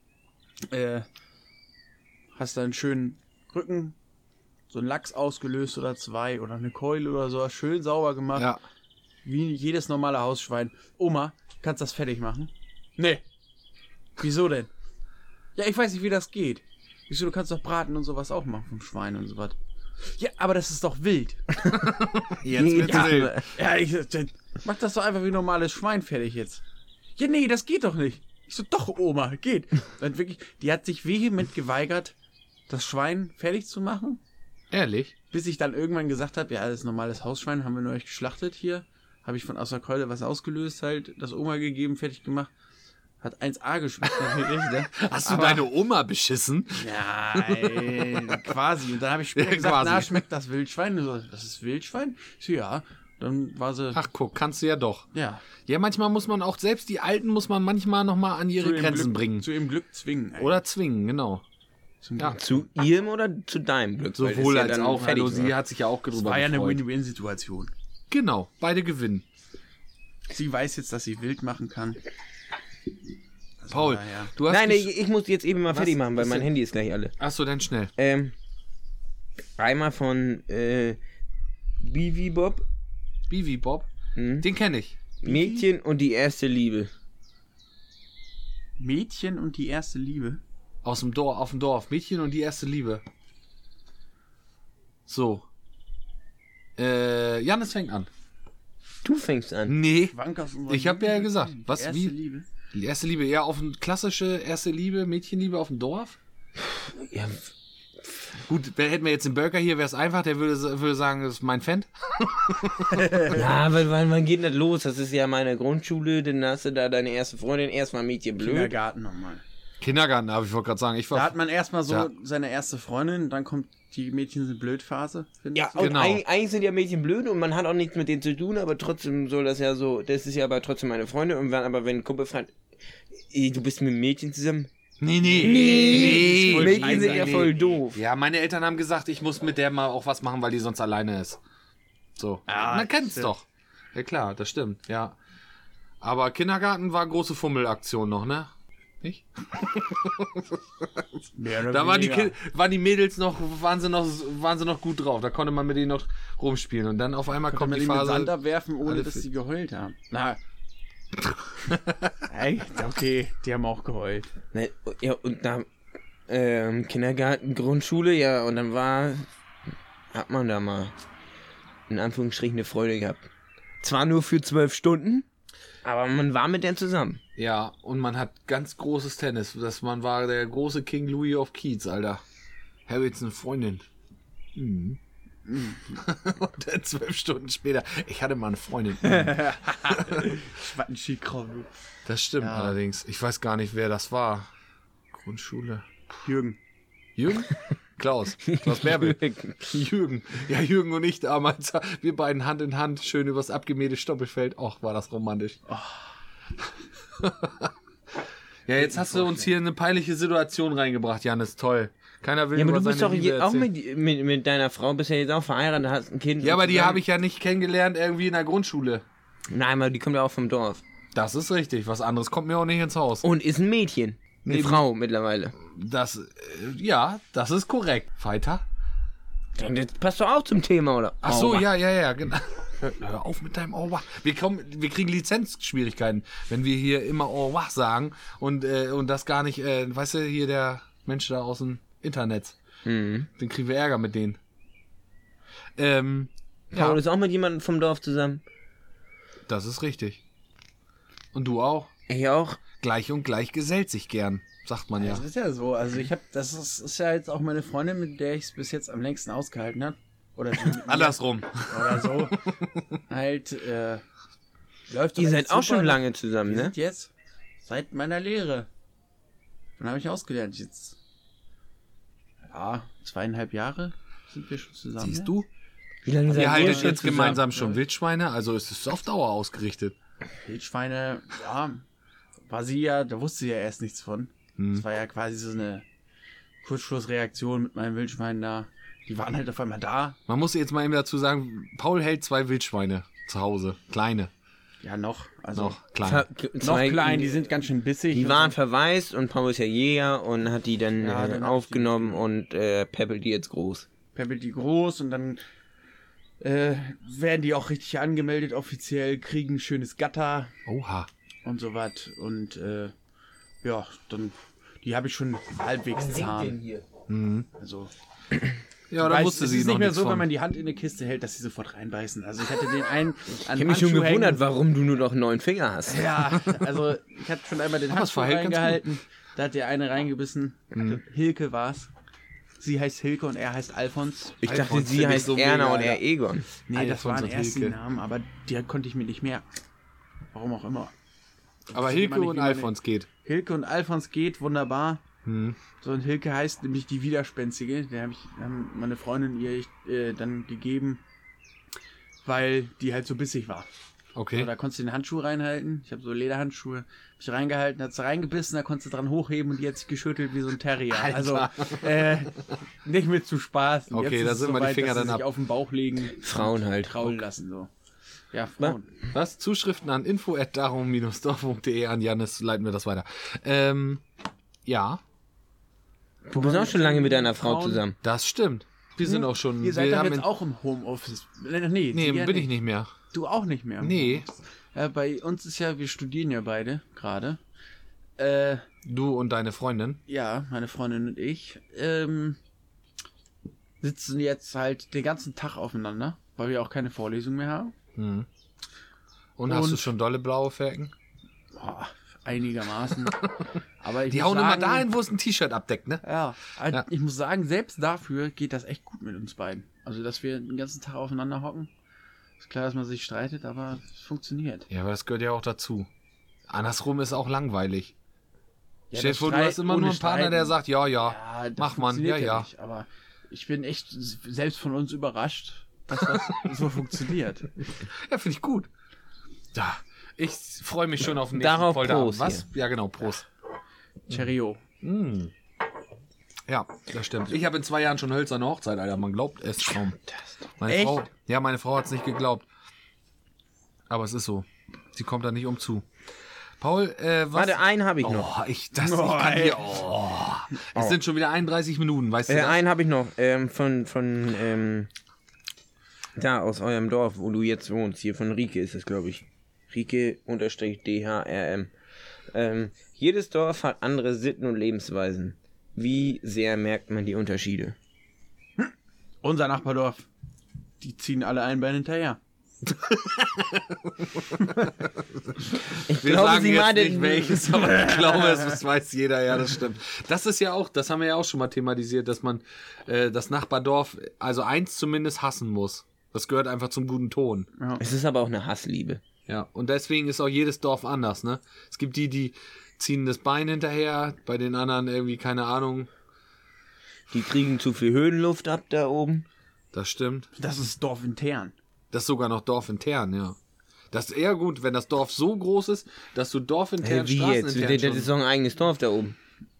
D: hast da einen schönen Rücken, so einen Lachs ausgelöst oder 2 oder eine Keule oder so, schön sauber gemacht,
B: Ja.
D: wie jedes normale Hausschwein. Oma, kannst das fertig machen? Nee. Wieso denn? Ja, ich weiß nicht, wie das geht. Wieso, du kannst doch braten und sowas auch machen vom Schwein und sowas. Ja, aber das ist doch wild.
B: Jetzt wird's wild.
D: Ja, mach das doch einfach wie normales Schwein fertig jetzt. Ja, nee, das geht doch nicht. Ich so, doch, Oma, geht. Dann wirklich, die hat sich vehement geweigert, das Schwein fertig zu machen,
B: Ehrlich?
D: bis ich dann irgendwann gesagt habe, ja, das ist normales Hausschwein, haben wir neulich geschlachtet hier. Habe ich von aus der Keule was ausgelöst, halt, das Oma gegeben, fertig gemacht. Hat 1A geschmeckt, natürlich, ne?
B: Hast du
D: Aber-
B: deine Oma beschissen?
D: Nein, quasi. Und dann habe ich später
B: Ja,
D: gesagt,
B: quasi.
D: na, schmeckt das Wildschwein? Und so, das ist Wildschwein? Ich so, ja. Dann war sie,
B: Ach, guck, kannst du ja doch.
D: ja.
B: Ja, manchmal muss man auch, selbst die Alten muss man manchmal noch mal an ihre
D: ihrem
B: Grenzen
D: Glück,
B: bringen.
D: Zu ihrem Glück zwingen. ey.
B: Oder zwingen, genau.
D: Zum
B: Ja.
D: Glück.
C: Zu ihrem oder zu deinem Glück? Weil das
B: Sowohl
C: ja
B: als
C: dann
B: auch.
C: fertig
B: Also, sie
C: war.
B: hat sich ja auch
D: Das
B: drüber
D: war ja eine
B: gefreut.
D: Win-Win-Situation.
B: Genau, beide gewinnen.
D: Sie weiß jetzt, dass sie wild machen kann. Also,
B: Paul,
D: naja.
B: du hast
C: Nein,
B: dich-
C: ich muss jetzt eben mal fertig machen, weil
B: ist
C: mein
B: denn-
C: Handy ist gleich alle.
B: Ach so, dann schnell.
C: Einmal von Bivi Bob.
B: Bivi Bob,
C: Hm?
B: den kenne ich.
C: Mädchen und die erste Liebe.
D: Mädchen und die erste Liebe?
B: Aus dem Dorf, auf dem Dorf. Mädchen und die erste Liebe. So. Jannis fängt an.
C: Du fängst an.
B: Nee.
D: Wankers und
B: Ich habe ja gesagt.
D: Die
B: Was,
D: erste
B: wie?
D: Liebe?
B: Die erste Liebe, eher auf eine klassische erste Liebe, Mädchenliebe auf dem Dorf?
C: Ja,
B: Gut, hätten wir jetzt den Burger hier, wäre es einfach, der würde sagen, das ist mein Fan.
C: ja, weil man geht nicht los. Das ist ja meine Grundschule, dann hast du da deine erste Freundin, erstmal Mädchen blöd.
D: Kindergarten nochmal.
B: Kindergarten, aber ich wollte gerade sagen,
D: Da hat man erstmal so
B: Ja.
D: seine erste Freundin, dann kommt die Mädchen sind blöd Phase.
C: Ja,
D: du?
C: und
B: Genau.
C: eigentlich sind ja Mädchen blöd und man hat auch nichts mit denen zu tun, aber trotzdem soll das ja so, das ist ja aber trotzdem meine Freundin und wenn ein Kumpel fragt, du bist mit einem Mädchen zusammen?
B: Nee.
C: Mädchen sind ja voll doof.
B: Ja, meine Eltern haben gesagt, ich muss mit der mal auch was machen, weil die sonst alleine ist. So.
D: Ah,
B: Man kennt's
D: stimmt.
B: doch. Ja klar, das stimmt, ja. Aber Kindergarten war große Fummelaktion noch, ne? Nicht? Da waren die Mädels noch, waren sie noch gut drauf. Da konnte man mit denen noch rumspielen. Und dann auf einmal kommt die
D: mit Sand
B: Phase.
D: abwerfen, ohne
B: alle
D: dass
B: für-
D: sie geheult haben. Na. Hey, okay, die haben auch geheult.
C: Ne, ja, und da Kindergarten, Grundschule, ja, und dann hat man da mal in Anführungsstrichen eine Freude gehabt. Zwar nur für 12 Stunden, aber man war mit denen zusammen.
B: Ja, und man hat ganz großes Tennis. Man war der große King Louis of Kiez, Alter. Harrys eine Freundin. Mhm. Und dann 12 Stunden später, ich hatte mal eine Freundin.
D: Schwattenski-Kram.
B: Das stimmt
D: Ja.
B: allerdings. Ich weiß gar nicht, wer das war. Grundschule.
D: Jürgen.
B: Jürgen? Klaus Bärbel. Jürgen. Ja, Jürgen und ich damals. Wir beiden Hand in Hand, schön übers abgemähte Stoppelfeld. Och, war das romantisch. Ja, jetzt hast du uns hier in eine peinliche Situation reingebracht, Janis. Toll. Keiner will
C: Ja, aber
B: über
C: du bist
B: seine
C: doch
B: Liebe
C: auch
B: erzählen.
C: mit deiner Frau, bist ja jetzt auch verheiratet, hast ein Kind.
B: Ja, aber die
C: zusammen.
B: habe ich ja nicht kennengelernt irgendwie in der Grundschule.
C: Nein, aber die kommt ja auch vom Dorf.
B: Das ist richtig. Was anderes kommt mir auch nicht ins Haus.
C: Und ist ein Mädchen. Eine
B: Nee,
C: Frau mittlerweile.
B: Das, ja, das ist korrekt. Weiter?
C: Das passt doch auch zum Thema, oder?
B: Ach so,
C: Aua.
B: ja, genau. Hör auf mit deinem Aua. Wir kriegen Lizenzschwierigkeiten, wenn wir hier immer Aua sagen und das gar nicht, weißt du, hier der Mensch da aus dem Internet.
C: Mhm.
B: Dann kriegen wir Ärger mit denen.
C: Paul
B: Ja,
C: ist auch mit jemandem vom Dorf zusammen.
B: das ist richtig. Und du auch?
C: Ich auch.
B: Gleich und gleich gesellt sich gern, sagt man ja.
D: Das ist ja so. Also das ist ja jetzt auch meine Freundin, mit der ich es bis jetzt am längsten ausgehalten habe. Oder
B: Andersrum.
D: oder so. Halt, läuft doch
C: Ihr seid
D: echt
C: auch
D: super.
C: schon lange zusammen,
D: Wir
C: ne?
D: sind jetzt seit meiner Lehre. Dann habe ich ausgelernt. Jetzt, ja, 2,5 Jahre sind wir schon zusammen.
B: Siehst
D: ja?
B: du?
C: Wie lange
B: Ihr
C: seid ihr
B: haltet
C: schon
B: jetzt
C: zusammen?
B: gemeinsam schon Wildschweine, also ist es auf Dauer ausgerichtet.
D: Wildschweine, ja, war sie ja, da wusste sie ja erst nichts von. Das war ja quasi so eine Kurzschlussreaktion mit meinen Wildschweinen da. Die waren halt auf einmal da.
B: Man muss jetzt mal eben dazu sagen, Paul hält 2 Wildschweine zu Hause. Kleine.
D: Ja, noch. Also
B: Noch klein.
D: noch klein, die sind ganz schön bissig.
C: Die waren verwaist und Paul ist ja Jäger und hat die dann
D: Ja, dann
C: aufgenommen und peppelt die jetzt groß.
D: Peppelt die groß und dann werden die auch richtig angemeldet offiziell, kriegen ein schönes Gatter
B: Oha.
D: und so was. Und ja, dann, die habe ich schon halbwegs zahm.
C: hier?
D: Also,
B: Ja, da
D: weiß,
B: wusste
D: es
B: sie
D: ist
B: noch
D: nicht mehr
B: nichts
D: so,
B: von.
D: wenn man die Hand in eine Kiste hält, dass sie sofort reinbeißen. Also ich hatte den einen
C: Ich habe mich schon gewundert, warum du nur noch 9 Finger hast.
D: Ja, also ich hatte schon einmal den
B: Aber es
D: Handschuh
B: verhält ganz
D: reingehalten. Da hat der eine reingebissen. Hilke war's. Sie heißt Hilke und er heißt Alfons.
C: Ich dachte,
B: Alfons
C: sie
B: finde ich
C: heißt
B: so
C: Erna
B: mega,
C: und er
B: Alter.
C: Egon.
D: Nee, das
B: Alfons
D: waren
B: und
D: erst die
B: Hilke.
D: Namen, aber die konnte ich mir nicht mehr. Warum auch immer.
B: Aber
D: Ich
B: Hilke
D: weiß nicht,
B: und
D: wie man
B: Alfons geht.
D: Hilke und Alfons geht wunderbar. So, und Hilke heißt nämlich die Widerspenstige. Haben meine Freundin ihr dann gegeben, weil die halt so bissig war.
B: Okay.
D: So, da konntest du den Handschuh reinhalten. Ich habe so Lederhandschuhe. Hab ich reingehalten, hat sie reingebissen, da konntest du dran hochheben und die hat sich geschüttelt wie so ein Terrier. Also, nicht mit zu Spaß. Und
B: Okay,
D: jetzt
B: da
D: ist
B: sind
D: es
B: wir die
D: soweit,
B: Finger
D: dass sie
B: dann
D: sich
B: ab.
D: auf den Bauch legen,
C: Frauen halt.
D: kraulen lassen, so. Ja, Frauen.
B: Was? Zuschriften an info@darum-dorf.de an Jannis, leiten wir das weiter. Ja,
C: Du bist auch schon lange mit deiner Frau
D: Frauen.
C: zusammen.
B: das stimmt. Wir sind auch schon.
D: Ihr seid
B: wir
D: doch
B: haben
D: jetzt
B: in-
D: auch im Homeoffice. Nee,
B: Nee,
D: sie ja
B: bin ich nicht mehr.
D: Du auch nicht mehr.
B: Nee.
D: Ja, bei uns ist ja, wir studieren ja beide gerade.
B: Du und deine Freundin?
D: Ja, meine Freundin und ich sitzen jetzt halt den ganzen Tag aufeinander, weil wir auch keine Vorlesung mehr haben.
B: Mhm. Und hast du schon dolle blaue Flecken?
D: Boah, einigermaßen. Aber ich
B: Die
D: muss
B: hauen immer
D: sagen,
B: dahin, wo es ein T-Shirt abdeckt, ne?
D: Ja,
B: Ja.
D: ich muss sagen, selbst dafür geht das echt gut mit uns beiden. Also, dass wir den ganzen Tag aufeinander hocken. Ist klar, dass man sich streitet, aber es funktioniert.
B: Ja, aber das gehört ja auch dazu. Andersrum ist auch langweilig.
D: Ja,
B: Stell dir
D: das
B: vor, du
D: Streit
B: hast immer
D: ohne
B: nur einen Partner,
D: Streiten.
B: der sagt, ja,
D: Das
B: mach man,
D: funktioniert
B: ja.
D: Nicht, aber ich bin echt selbst von uns überrascht, dass das so funktioniert.
B: Ja, finde ich gut. Ja, ich freue mich schon auf den nächsten
C: Darauf
B: Polterabend.
C: Prost
B: Was? Ja, genau, Prost.
D: Cheerio.
B: Ja, das stimmt. Ich habe in 2 Jahren schon hölzerne Hochzeit, Alter. Man glaubt es kaum.
D: Echt?
B: Meine Frau hat es nicht geglaubt. Aber es ist so. Sie kommt da nicht umzu. Paul, was?
C: Warte, einen habe ich noch.
B: Ich kann hier. Es sind schon wieder 31 Minuten, weißt du das?
C: Einen habe ich noch. Da aus eurem Dorf, wo du jetzt wohnst. Hier von Rike ist es, glaube ich. Rike-DHRM. Jedes Dorf hat andere Sitten und Lebensweisen. Wie sehr merkt man die Unterschiede?
D: Unser Nachbardorf. Die ziehen alle ein Bein hinterher.
C: Ich
B: Wir
C: glaube,
B: sagen
C: sie
B: jetzt
C: meinte
B: nicht welches, aber ich glaube, das weiß jeder. Ja, das stimmt. Das ist ja auch, das haben wir ja auch schon mal thematisiert, dass man das Nachbardorf, also eins zumindest hassen muss. Das gehört einfach zum guten Ton.
C: Es ist aber auch eine Hassliebe.
B: Ja, und deswegen ist auch jedes Dorf anders, ne? Es gibt die ziehen das Bein hinterher, bei den anderen irgendwie, keine Ahnung.
C: Die kriegen zu viel Höhenluft ab da oben.
B: Das stimmt.
D: Das ist dorfintern.
B: Das ist sogar noch dorfintern, ja. Das ist eher gut, wenn das Dorf so groß ist, dass du dorfintern,
C: Wie jetzt?
B: straßenintern
C: Das ist doch ein eigenes Dorf da oben.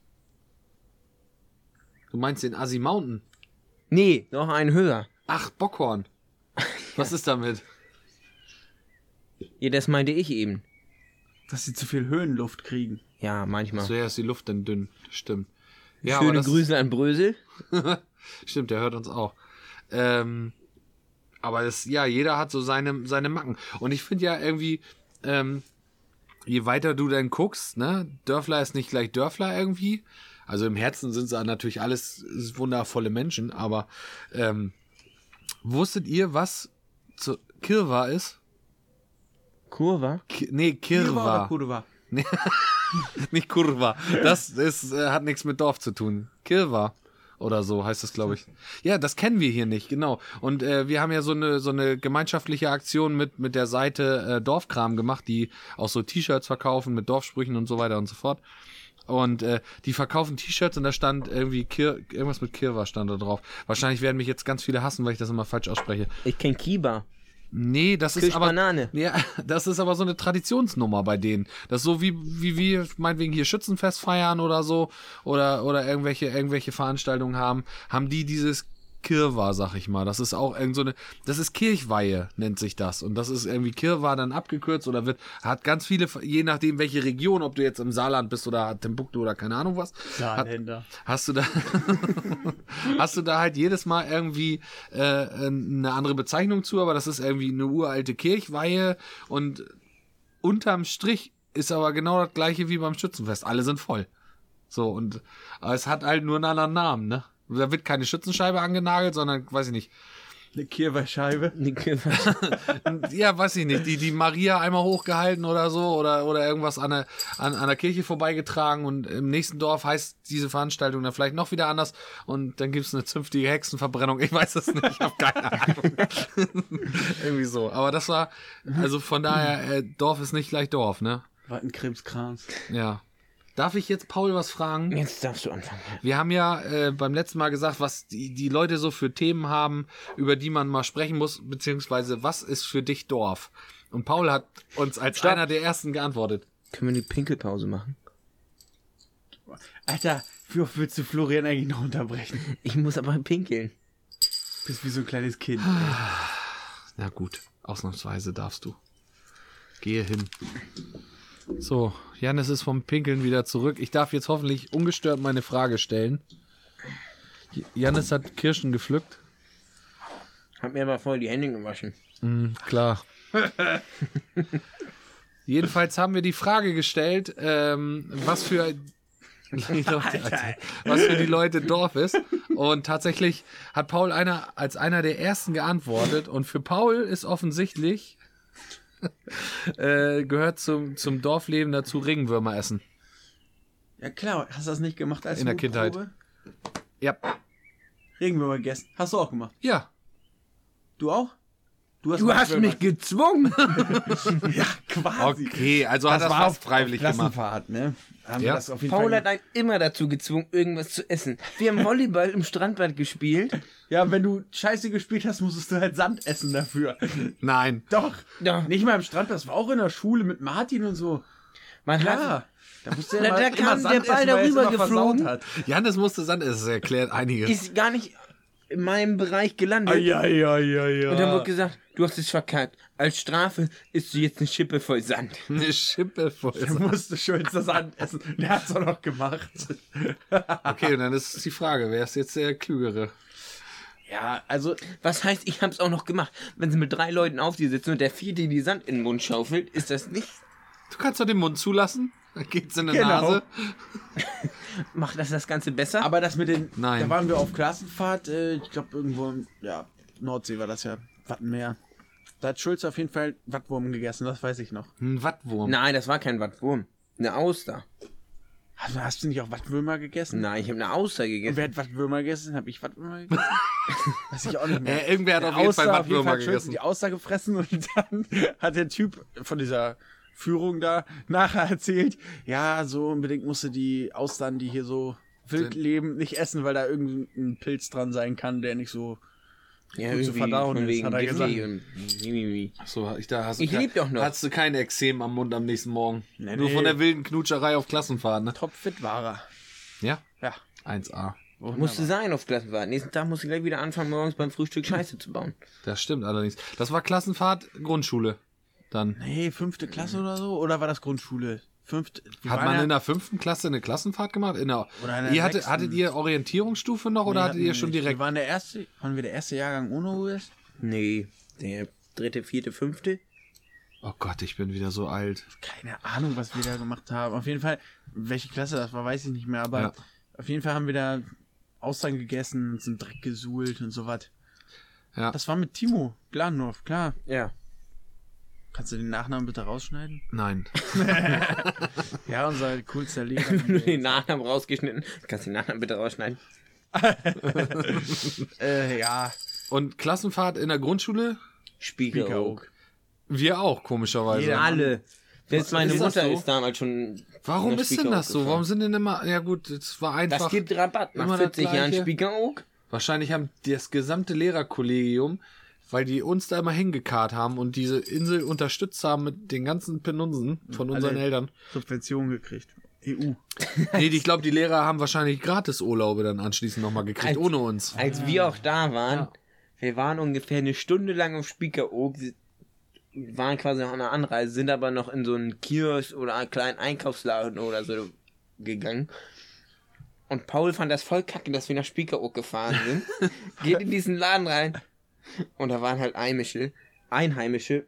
B: Du meinst den Assi Mountain?
C: Nee, noch einen höher.
B: Ach, Bockhorn. Was ist damit?
C: Ja, das meinte ich eben.
D: Dass sie zu viel Höhenluft kriegen.
C: Ja, manchmal.
B: So, ja, ist die Luft dann dünn. Stimmt. Ja,
C: Schöne
B: aber das
C: Grüße an Brösel.
B: stimmt, der hört uns auch. Aber jeder hat so seine Macken. Und ich finde ja irgendwie, je weiter du dann guckst, ne, Dörfler ist nicht gleich Dörfler irgendwie. Also im Herzen sind sie natürlich alles wundervolle Menschen, aber wusstet ihr, was Kirwa ist?
C: Kurva?
B: Kirwa.
D: Kurva.
B: Nicht Kurva. Das hat nichts mit Dorf zu tun. Kirwa. Oder so heißt es, glaube ich. Ja, das kennen wir hier nicht, genau. Und wir haben ja so eine gemeinschaftliche Aktion mit der Seite Dorfkram gemacht, die auch so T-Shirts verkaufen mit Dorfsprüchen und so weiter und so fort. Und die verkaufen T-Shirts und da stand irgendwie irgendwas mit Kirwa stand da drauf. Wahrscheinlich werden mich jetzt ganz viele hassen, weil ich das immer falsch ausspreche.
C: Ich kenn Kiba.
B: Nee, das ist aber
C: Banane.
B: ja, das ist aber so eine Traditionsnummer bei denen. Das ist so wie wir meinetwegen hier Schützenfest feiern oder so oder irgendwelche Veranstaltungen haben die dieses Kirwa, sag ich mal. Das ist auch das ist Kirchweihe, nennt sich das. Und das ist irgendwie Kirwa dann abgekürzt oder hat ganz viele, je nachdem welche Region, ob du jetzt im Saarland bist oder Timbuktu oder keine Ahnung was.
D: Saarländer.
B: Hast du da halt jedes Mal irgendwie eine andere Bezeichnung zu, aber das ist irgendwie eine uralte Kirchweihe und unterm Strich ist aber genau das gleiche wie beim Schützenfest. Alle sind voll. So, aber es hat halt nur einen anderen Namen, ne? Da wird keine Schützenscheibe angenagelt, sondern, weiß ich nicht.
D: Eine Kirwa-Scheibe.
B: Ja, weiß ich nicht. Die Maria einmal hochgehalten oder so oder irgendwas an der Kirche vorbeigetragen und im nächsten Dorf heißt diese Veranstaltung dann vielleicht noch wieder anders und dann gibt's eine zünftige Hexenverbrennung. Ich weiß es nicht, ich habe keine Ahnung. Irgendwie so. Aber das war, also von daher, Dorf ist nicht gleich Dorf, ne?
D: War ein Krimskrams.
B: Ja. Darf ich jetzt Paul was fragen?
C: Jetzt darfst du anfangen.
B: Wir haben ja beim letzten Mal gesagt, was die Leute so für Themen haben, über die man mal sprechen muss, beziehungsweise was ist für dich Dorf? Und Paul hat uns als einer der ersten geantwortet.
C: Können wir eine Pinkelpause machen?
D: Alter, wie oft willst du Florian eigentlich noch unterbrechen?
C: Ich muss aber pinkeln.
D: Bist wie so ein kleines Kind.
B: Na gut, ausnahmsweise darfst du. Gehe hin. So, Jannis ist vom Pinkeln wieder zurück. Ich darf jetzt hoffentlich ungestört meine Frage stellen. Jannis hat Kirschen gepflückt.
C: Hab mir aber vorher die Hände gewaschen.
B: Klar. Jedenfalls haben wir die Frage gestellt, was für die Leute Dorf ist. Und tatsächlich hat Paul als einer der ersten geantwortet. Und für Paul ist offensichtlich gehört zum Dorfleben dazu Regenwürmer essen.
D: Ja klar, hast du das nicht gemacht als
B: In der Kindheit. Ja.
D: Regenwürmer gegessen. Hast du auch gemacht?
B: Ja.
D: Du auch?
C: Du hast mich gezwungen.
D: Ja, quasi.
B: Okay, also hat das
D: war
B: fast freiwillig gemacht.
D: Klassenfahrt, ne? Haben wir das auf jeden
C: Paul
D: Fall
C: hat einen immer dazu gezwungen, irgendwas zu essen. Wir haben Volleyball im Strandbad gespielt.
D: Ja, wenn du Scheiße gespielt hast, musstest du halt Sand essen dafür.
B: Nein.
D: Doch.
C: Ja.
D: Nicht mal im Strand, das war auch in der Schule mit Martin und so.
C: Man
D: Klar.
C: hat,
D: Da musste
C: Da kam der Ball darüber geflogen.
B: Janis musste Sand essen, das erklärt einiges.
C: ist gar nicht in meinem Bereich gelandet.
D: Ja.
C: Und dann wurde gesagt, du hast es verkackt. Als Strafe isst du jetzt eine Schippe voll Sand.
B: Eine Schippe voll
D: Du
B: Sand.
D: musste Schulz das Sand essen. Der hat's auch noch gemacht.
B: Okay, und dann ist die Frage, wer ist jetzt der Klügere?
D: Ja, also,
C: Was heißt, ich hab's auch noch gemacht? Wenn sie mit 3 Leuten auf dir sitzen und der 4. die Sand in den Mund schaufelt, ist das nicht...
B: Du kannst doch den Mund zulassen, dann geht's in die
D: Genau.
B: Nase.
C: Macht das Ganze besser?
D: aber das mit den,
B: Nein.
D: da waren wir auf Klassenfahrt, ich glaube irgendwo, Nordsee war das ja, Wattenmeer. Da hat Schulz auf jeden Fall Wattwurm gegessen, das weiß ich noch.
B: Ein Wattwurm.
C: Nein, das war kein Wattwurm. Eine Auster.
D: Hast du nicht auch Wattwürmer gegessen?
C: Nein, ich habe eine Auster
D: Und
C: gegessen.
D: wer hat Wattwürmer gegessen? Hab ich Wattwürmer gegessen? Weiß ich auch nicht mehr.
B: Irgendwer hat auf jeden Fall Wattwürmer
D: hat Schulz
B: gegessen.
D: die Auster gefressen und dann hat der Typ von dieser Führung da nachher erzählt, ja, so unbedingt musste die Austern, die hier so wild leben, nicht essen, weil da irgendein Pilz dran sein kann, der nicht so
C: Ja,
D: gut zu verdauen
C: von
D: ist,
C: wegen
D: hat er
C: Giffey
D: gesagt.
C: und Mimimi.
B: So,
C: Ich leb doch noch.
B: Hattest du kein Exem am Mund am nächsten Morgen?
D: Nee,
B: Nur
D: nee.
B: von der wilden Knutscherei auf Klassenfahrt, ne?
D: Topfit war er.
B: Ja?
D: Ja.
B: 1A.
C: Musste sein auf Klassenfahrt. Nächsten Tag musste ich gleich wieder anfangen, morgens beim Frühstück Scheiße zu bauen.
B: Das stimmt allerdings. Das war Klassenfahrt, Grundschule. Dann.
D: Nee, 5. Klasse oder so? Oder war das Grundschule? 5.
B: Hat man in der 5. Klasse eine Klassenfahrt gemacht?
D: Oder in der
B: Hattet ihr Orientierungsstufe noch oder hattet ihr schon direkt?
D: Waren wir der erste Jahrgang ohne US?
C: Nee, der 3., 4., 5.
B: Oh Gott, ich bin wieder so alt.
D: Keine Ahnung, was wir da gemacht haben. Auf jeden Fall, welche Klasse das war, weiß ich nicht mehr, aber
B: Ja.
D: auf jeden Fall haben wir da Austern gegessen und sind Dreck gesuhlt und so was.
B: Ja.
D: Das war mit Timo Glandorf, klar.
C: Ja.
D: Kannst du den Nachnamen bitte rausschneiden?
B: Nein.
D: Ja, unser coolster Lehrer.
C: Nur den Nachnamen rausgeschnitten. Kannst du den Nachnamen bitte rausschneiden?
D: Ja,
B: Und Klassenfahrt in der Grundschule?
C: Spiekeroog.
B: Wir auch, komischerweise.
D: Jeder.
C: Alle. Selbst meine
B: ist das
C: Mutter
B: so?
C: ist damals schon.
B: Warum
C: nach
B: ist denn
C: Spiekeroog
B: das so?
C: gefahren.
B: Warum sind denn immer. Ja, gut, es war einfach.
C: Das gibt Rabatt nach
B: immer das
C: 40 Jahren
B: Gleiche.
C: Spiekeroog.
B: Wahrscheinlich haben das gesamte Lehrerkollegium, weil die uns da immer hingekarrt haben und diese Insel unterstützt haben mit den ganzen Penunsen von unseren
D: Alle.
B: Eltern.
D: Subventionen gekriegt. EU.
B: Nee, ich glaube, die Lehrer haben wahrscheinlich Gratisurlaube dann anschließend nochmal gekriegt,
C: Als-
B: ohne uns.
C: Als wir auch da waren,
B: Ja.
C: wir waren ungefähr eine Stunde lang auf Spiekeroog, waren quasi noch an der Anreise, sind aber noch in so einen Kiosk oder einen kleinen Einkaufsladen oder so gegangen. Und Paul fand das voll kacke, dass wir nach Spiekeroog gefahren sind. Geht in diesen Laden rein und da waren halt Einheimische.
B: Heimische?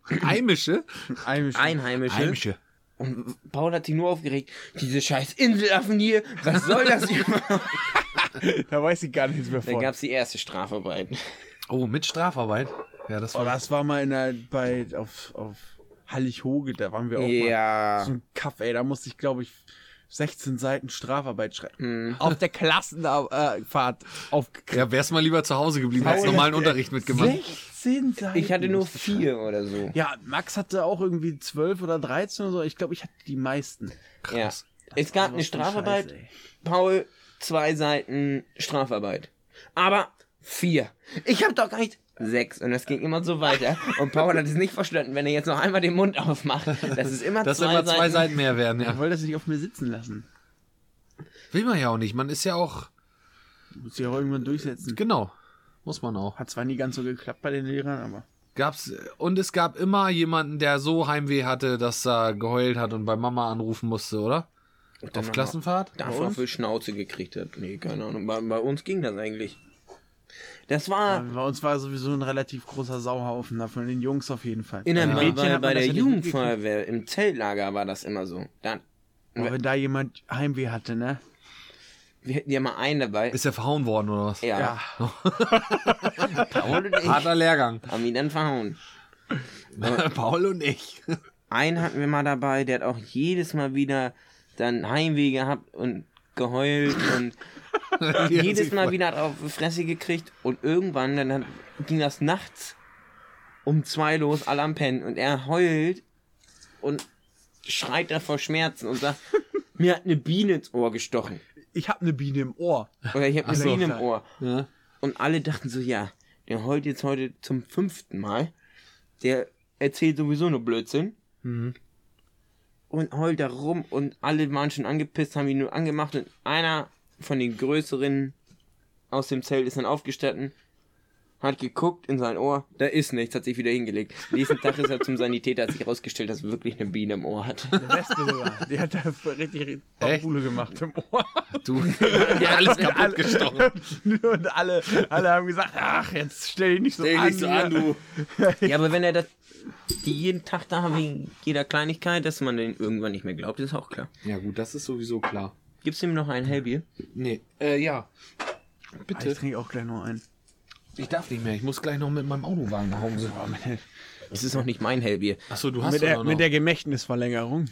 C: Einheimische. Und Paul hat sich nur aufgeregt. Diese scheiß Inselaffen hier, was soll das überhaupt?
D: Da weiß ich gar nichts mehr
C: Dann
D: von.
C: gab's die erste Strafarbeit.
B: Oh, mit Strafarbeit? Ja, das
D: Oh,
B: war.
D: das war mal auf Hallig-Hoge, da waren wir auch
C: Ja.
D: mal. So ein Kaff, ey, da musste ich, glaube ich, 16 Seiten Strafarbeit schreiben.
C: Mhm.
D: Auf der Klassenfahrt aufgekriegt.
B: Ja, wär's mal lieber zu Hause geblieben, als normalen Unterricht mitgemacht.
D: 16 Seiten.
C: Ich hatte nur
D: musste
C: 4 oder so.
D: Ja, Max hatte auch irgendwie 12 oder 13 oder so. Ich glaube, ich hatte die meisten.
B: Krass.
C: Ja. Es gab eine
D: Was für ein
C: Strafarbeit.
D: Scheiß, ey.
C: Paul, 2 Seiten Strafarbeit. Aber 4. Ich habe doch gar nicht 6. Und das ging immer so weiter. Und Paul hat es nicht verstanden, wenn er jetzt noch einmal den Mund aufmacht. Das ist immer
B: Dass
C: 2
B: immer
C: Seiten.
B: 2 Seiten mehr werden,
D: Er
B: ja.
D: wollte es nicht auf mir sitzen lassen.
B: Will man ja auch nicht. Man ist ja auch.
D: Muss sich auch irgendwann durchsetzen.
B: Genau. Muss man auch.
D: Hat zwar nie ganz so geklappt bei den Lehrern, aber.
B: Und es gab immer jemanden, der so Heimweh hatte, dass er geheult hat und bei Mama anrufen musste, oder?
C: Und dann
B: Auf
C: noch
B: Klassenfahrt?
C: Dafür auf die Schnauze gekriegt hat. Nee, keine Ahnung. Bei uns ging das eigentlich. Das war...
D: Bei uns war sowieso ein relativ großer Sauhaufen, da von den Jungs auf jeden Fall.
C: bei der
D: ja
C: Jugendfeuerwehr im Zeltlager war das immer so. Dann,
D: aber wenn da jemand Heimweh hatte, ne?
C: wir hatten ja mal einen dabei.
B: Ist er verhauen worden oder was?
C: Ja. Paul und ich
B: Harter Lehrgang.
C: haben ihn dann verhauen.
B: Paul und ich.
C: Einen hatten wir mal dabei, der hat auch jedes Mal wieder dann Heimweh gehabt und geheult und jedes Mal wieder hat er auf die Fresse gekriegt und irgendwann ging das nachts um 2 los, alle am Pennen und er heult und schreit da vor Schmerzen und sagt, mir hat eine Biene ins Ohr gestochen.
D: Ich hab eine Biene im Ohr.
C: Oder ich habe eine Biene im
D: klar.
C: Ohr.
B: Ja.
C: Und alle dachten so, ja, der heult jetzt heute zum 5. Mal. Der erzählt sowieso nur Blödsinn.
B: Mhm.
C: Und heult da rum und alle waren schon angepisst, haben ihn nur angemacht und einer von den Größeren aus dem Zelt ist dann aufgestanden, hat geguckt in sein Ohr, da ist nichts, hat sich wieder hingelegt. Nächsten Tag ist er zum Sanitäter, hat sich herausgestellt, dass er wirklich eine Biene im Ohr hat.
D: Eine Wespe sogar. Die hat da richtig Bambule gemacht im Ohr.
B: Du, ja, alles kaputt gestochen.
D: Und alle haben gesagt, ach, jetzt stell dich nicht so an.
B: du.
C: Ja, aber wenn er die jeden Tag da haben wegen jeder Kleinigkeit, dass man den irgendwann nicht mehr glaubt, ist auch klar.
B: Ja gut, das ist sowieso klar.
C: Gibt's ihm noch ein Hellbier?
B: Nee, ja.
D: Ich
B: Bitte.
D: trinke auch gleich noch einen.
B: Ich darf nicht mehr. Ich muss gleich noch mit meinem Autowagen nach Hause.
C: Das ist noch nicht mein Hellbier.
B: Achso, du hast
D: Mit
B: doch noch.
D: der Gemächtnisverlängerung.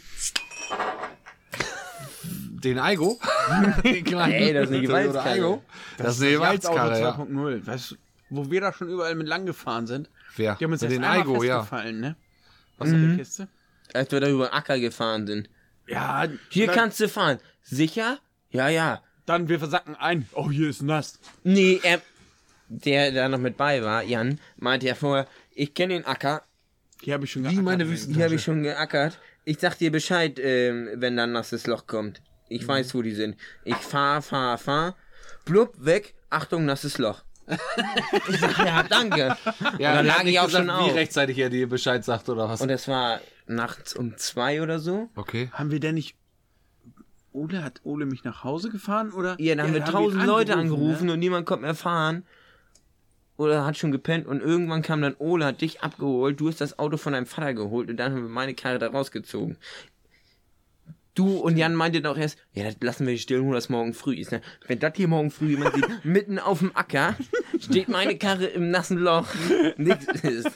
B: Den Aigo? Den kleinen
C: Ey, das ist eine
B: Toyota
C: Gewaltskarre.
B: Aigo. Das ist eine Gewaltskarre, ja.
D: 2.0. Weißt du, wo wir da schon überall mit lang gefahren sind?
B: Wer?
D: Die haben uns
B: Mit
D: erst
B: den
D: einmal
B: Aigo, ja.
D: festgefallen, ne? Was in der Kiste?
C: Als wir da über den Acker gefahren sind.
D: Ja.
C: Hier
D: dann,
C: kannst du fahren. Sicher? Ja, ja.
D: Dann wir versacken ein. Oh, hier ist nass.
C: Nee, der da noch mit bei war, Jan, meinte ja vorher, ich kenne den Acker,
D: Hier habe ich schon
B: Wie meine
C: hier habe ich schon geackert. Ich sag dir Bescheid, wenn da ein nasses Loch kommt. Ich weiß, wo die sind. Ich fahr. Blub, weg. Achtung, nasses Loch. Ich sag, ja, danke.
B: Ja,
C: und dann
B: er hat
C: lag
B: nicht
C: ich auch
B: gesagt,
C: schon
B: wie
C: auf.
B: rechtzeitig er dir Bescheid sagt oder was.
C: Und es war nachts um 2 oder so.
B: Okay.
D: Haben wir denn nicht... Hat Ole mich nach Hause gefahren, oder?
C: Ja, dann haben wir
D: ihn
C: 1000 Leute angerufen
D: ne?
C: und niemand konnte mehr fahren. Oder hat schon gepennt und irgendwann kam dann Ole, hat dich abgeholt, du hast das Auto von deinem Vater geholt und dann haben wir meine Karre da rausgezogen. Du und Jan meinte doch erst, ja, das lassen wir still, nur das morgen früh ist. Ne? Wenn das hier morgen früh jemand sieht, mitten auf dem Acker, steht meine Karre im nassen Loch. Nichts ist.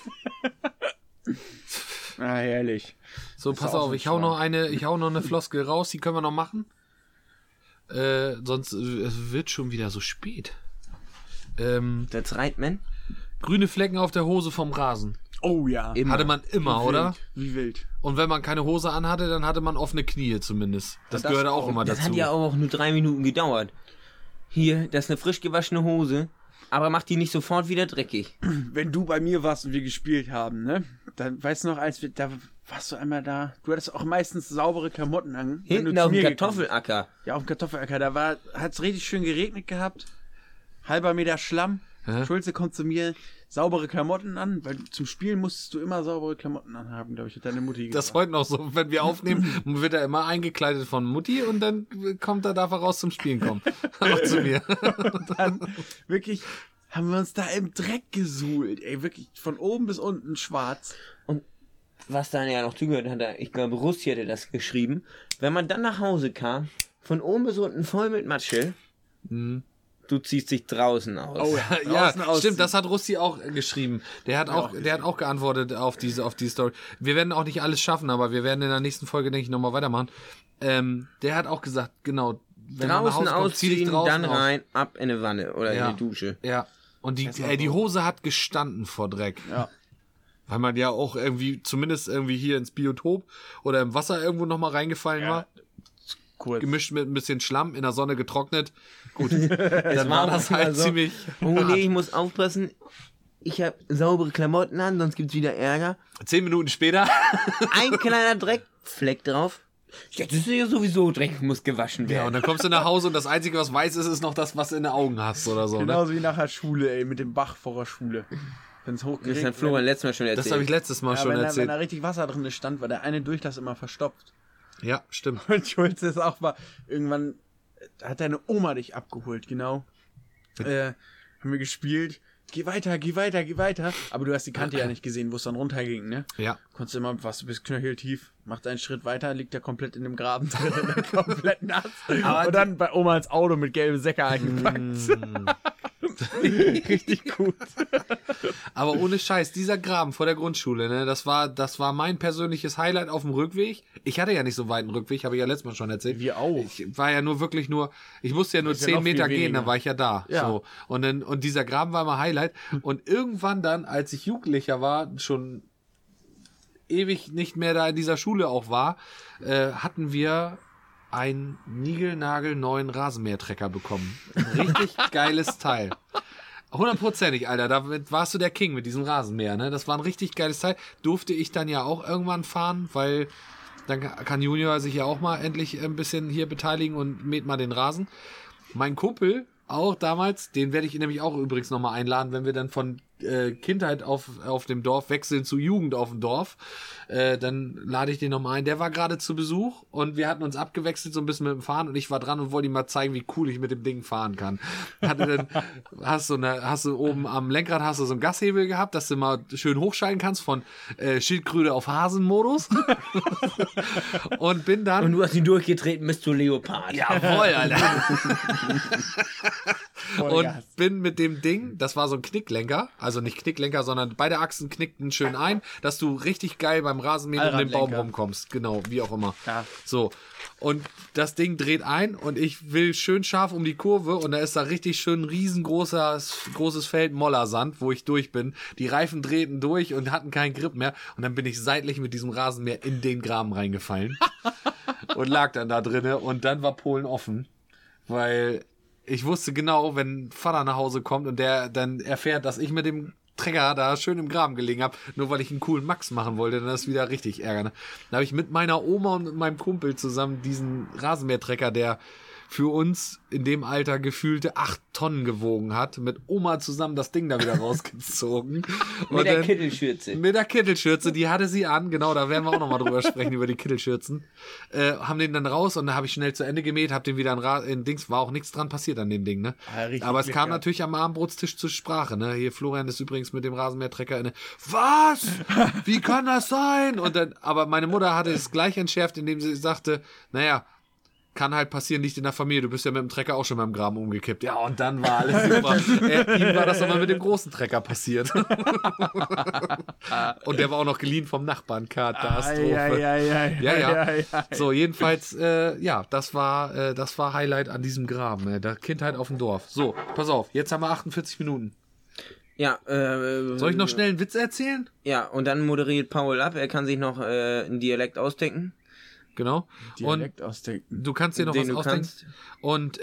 D: Ah, herrlich.
B: So, pass auf, ich hau noch eine Floskel raus, die können wir noch machen. Sonst es wird schon wieder so spät.
C: Das Reitman?
B: Grüne Flecken auf der Hose vom Rasen.
D: Oh ja.
C: Immer.
B: Hatte man immer,
D: Wie
B: oder?
D: wild. Wie wild.
B: Und wenn man keine Hose anhatte, dann hatte man offene Knie zumindest. Das gehörte auch immer
C: Das
B: dazu.
C: hat ja auch nur 3 Minuten gedauert. Hier, das ist eine frisch gewaschene Hose, aber mach die nicht sofort wieder dreckig.
D: Wenn du bei mir warst und wir gespielt haben, ne? Dann, weißt du noch, da warst du einmal da. Du hattest auch meistens saubere Klamotten an. wenn
C: Hinten
D: du zu
C: auf dem
D: mir gekommen bist.
C: Kartoffelacker.
D: Ja, auf dem Kartoffelacker. Da hat's richtig schön geregnet gehabt. Halber Meter Schlamm.
B: Hä?
D: Schulze kommt zu mir, saubere Klamotten an, weil zum Spielen musstest du immer saubere Klamotten anhaben, glaube ich, hat deine Mutti
B: Das ist
D: gesagt.
B: heute noch so, wenn wir aufnehmen, wird er immer eingekleidet von Mutti und dann darf er raus zum Spielen kommen. Auch zu mir.
D: Und dann wirklich haben wir uns da im Dreck gesuhlt, ey, wirklich von oben bis unten schwarz.
C: Und was dann ja noch zugehört hat, ich glaube, Russi hätte das geschrieben. Wenn man dann nach Hause kam, von oben bis unten voll mit Matsche, du ziehst dich draußen aus.
D: Oh
B: Ja,
D: Draußen ausziehen.
B: stimmt, das hat Russi auch geschrieben. Der hat auch geantwortet auf diese Story. Wir werden auch nicht alles schaffen, aber wir werden in der nächsten Folge, denke ich, nochmal weitermachen. Der hat auch gesagt, genau, wenn man nach
C: Draußen
B: Hause kommt, zieh dich
C: ausziehen,
B: draußen
C: dann
B: aus.
C: rein, ab in eine Wanne oder
B: Ja.
C: in die Dusche.
B: Ja. Und die Hose hat gestanden vor Dreck.
D: Ja.
B: Weil man ja auch irgendwie, zumindest irgendwie hier ins Biotop oder im Wasser irgendwo nochmal reingefallen war.
D: Kurz.
B: Gemischt mit ein bisschen Schlamm, in der Sonne getrocknet. Gut, dann war
C: war
B: das
C: auch
B: halt
C: immer so.
B: ziemlich
C: Oh
B: hart.
C: nee, ich muss aufpassen. Ich habe saubere Klamotten an, sonst gibt's wieder Ärger.
B: 10 Minuten später.
C: Ein kleiner Dreckfleck drauf. Ja, das ist ja sowieso Dreck, muss gewaschen
B: Ja,
C: werden.
B: und dann kommst du nach Hause und das Einzige, was weiß ist, ist noch das, was du in den Augen hast oder so. Ne?
D: Genauso wie nach der Schule, ey, mit dem Bach vor der Schule. Wenn's
C: Das hat
D: hochgeregnet
C: Florian letztes Mal schon erzählt.
B: Das habe ich letztes Mal schon
D: wenn
B: erzählt.
D: da richtig Wasser drin stand, war der eine Durchlass immer verstopft.
B: Ja, stimmt.
D: Und Schulze ist auch mal, irgendwann hat deine Oma dich abgeholt, genau. haben wir gespielt. Geh weiter, geh weiter, geh weiter. Aber du hast die Kante ja nicht gesehen, wo es dann runterging, ne?
B: Ja.
D: Konntest immer, du bist knöcheltief, macht einen Schritt weiter, liegt er komplett in dem Graben drin, komplett nass. Aber und dann bei Oma ins Auto mit gelben Säcke eingepackt. Richtig gut.
B: Aber ohne Scheiß, dieser Graben vor der Grundschule, ne, das war mein persönliches Highlight auf dem Rückweg. Ich hatte ja nicht so weiten Rückweg, habe ich ja letztes Mal schon erzählt.
D: Wir auch.
B: Ich war ja ich musste ja nur 10 Meter gehen, dann war ich ja da.
D: Ja.
B: So. Und dieser Graben war mein Highlight. Und irgendwann dann, als ich Jugendlicher war, schon ewig nicht mehr da in dieser Schule auch war, hatten wir einen niegelnagelneuen Rasenmähertrecker bekommen. Ein richtig geiles Teil. 100%, Alter. Damit warst du der King mit diesem Rasenmäher, ne? Das war ein richtig geiles Teil. Durfte ich dann ja auch irgendwann fahren, weil dann kann Junior sich ja auch mal endlich ein bisschen hier beteiligen und mäht mal den Rasen. Mein Kumpel auch damals, den werde ich nämlich auch übrigens nochmal einladen, wenn wir dann von Kindheit auf dem Dorf wechseln zu Jugend auf dem Dorf, dann lade ich den nochmal ein. Der war gerade zu Besuch und wir hatten uns abgewechselt so ein bisschen mit dem Fahren und ich war dran und wollte ihm mal zeigen, wie cool ich mit dem Ding fahren kann. Hast du oben am Lenkrad hast du so einen Gashebel gehabt, dass du mal schön hochschalten kannst von Schildkröte auf Hasenmodus und bin dann...
C: Und du hast ihn durchgetreten bis zu Leopard.
B: Jawohl, Alter. Und bin mit dem Ding, das war so ein Knicklenker, also nicht Knicklenker, sondern beide Achsen knickten schön ein, dass du richtig geil beim Rasenmähen um den Baum rumkommst. Genau, wie auch immer.
D: Ja.
B: So. Und das Ding dreht ein und ich will schön scharf um die Kurve und da ist da richtig schön großes Feld Mollersand, wo ich durch bin. Die Reifen drehten durch und hatten keinen Grip mehr und dann bin ich seitlich mit diesem Rasenmäher in den Graben reingefallen und lag dann da drinne und dann war Polen offen, weil ich wusste genau, wenn Vater nach Hause kommt und der dann erfährt, dass ich mit dem Trecker da schön im Graben gelegen habe, nur weil ich einen coolen Max machen wollte, dann ist wieder richtig Ärger. Ne? Da habe ich mit meiner Oma und mit meinem Kumpel zusammen diesen Rasenmähertrecker, der für uns in dem Alter gefühlte 8 Tonnen gewogen hat, mit Oma zusammen das Ding da wieder rausgezogen.
C: Mit der Kittelschürze.
B: Mit der Kittelschürze, die hatte sie an, genau, da werden wir auch nochmal drüber sprechen, über die Kittelschürzen. Haben den dann raus und da habe ich schnell zu Ende gemäht, habe den wieder in Dings, war auch nichts dran passiert an dem Ding, ne?
D: Ja,
B: aber es kam natürlich am Abendbrotstisch zur Sprache, ne? Hier, Florian ist übrigens mit dem Rasenmähertrecker inne. Was? Wie kann das sein? Und dann, aber meine Mutter hatte es gleich entschärft, indem sie sagte, naja, kann halt passieren, nicht in der Familie. Du bist ja mit dem Trecker auch schon beim Graben umgekippt. Ja, und dann war alles super. Ihm war das aber mit dem großen Trecker passiert. Und der war auch noch geliehen vom Nachbarn. Katastrophe. Ja. So, jedenfalls, das war Highlight an diesem Graben. Der Kindheit auf dem Dorf. So, pass auf, jetzt haben wir 48 Minuten.
C: Ja,
B: soll ich noch schnell einen Witz erzählen?
C: Ja, und dann moderiert Paul ab. Er kann sich noch einen Dialekt ausdenken.
B: Genau.
D: Dialekt ausdenken.
B: Du kannst dir noch was ausdenken. Und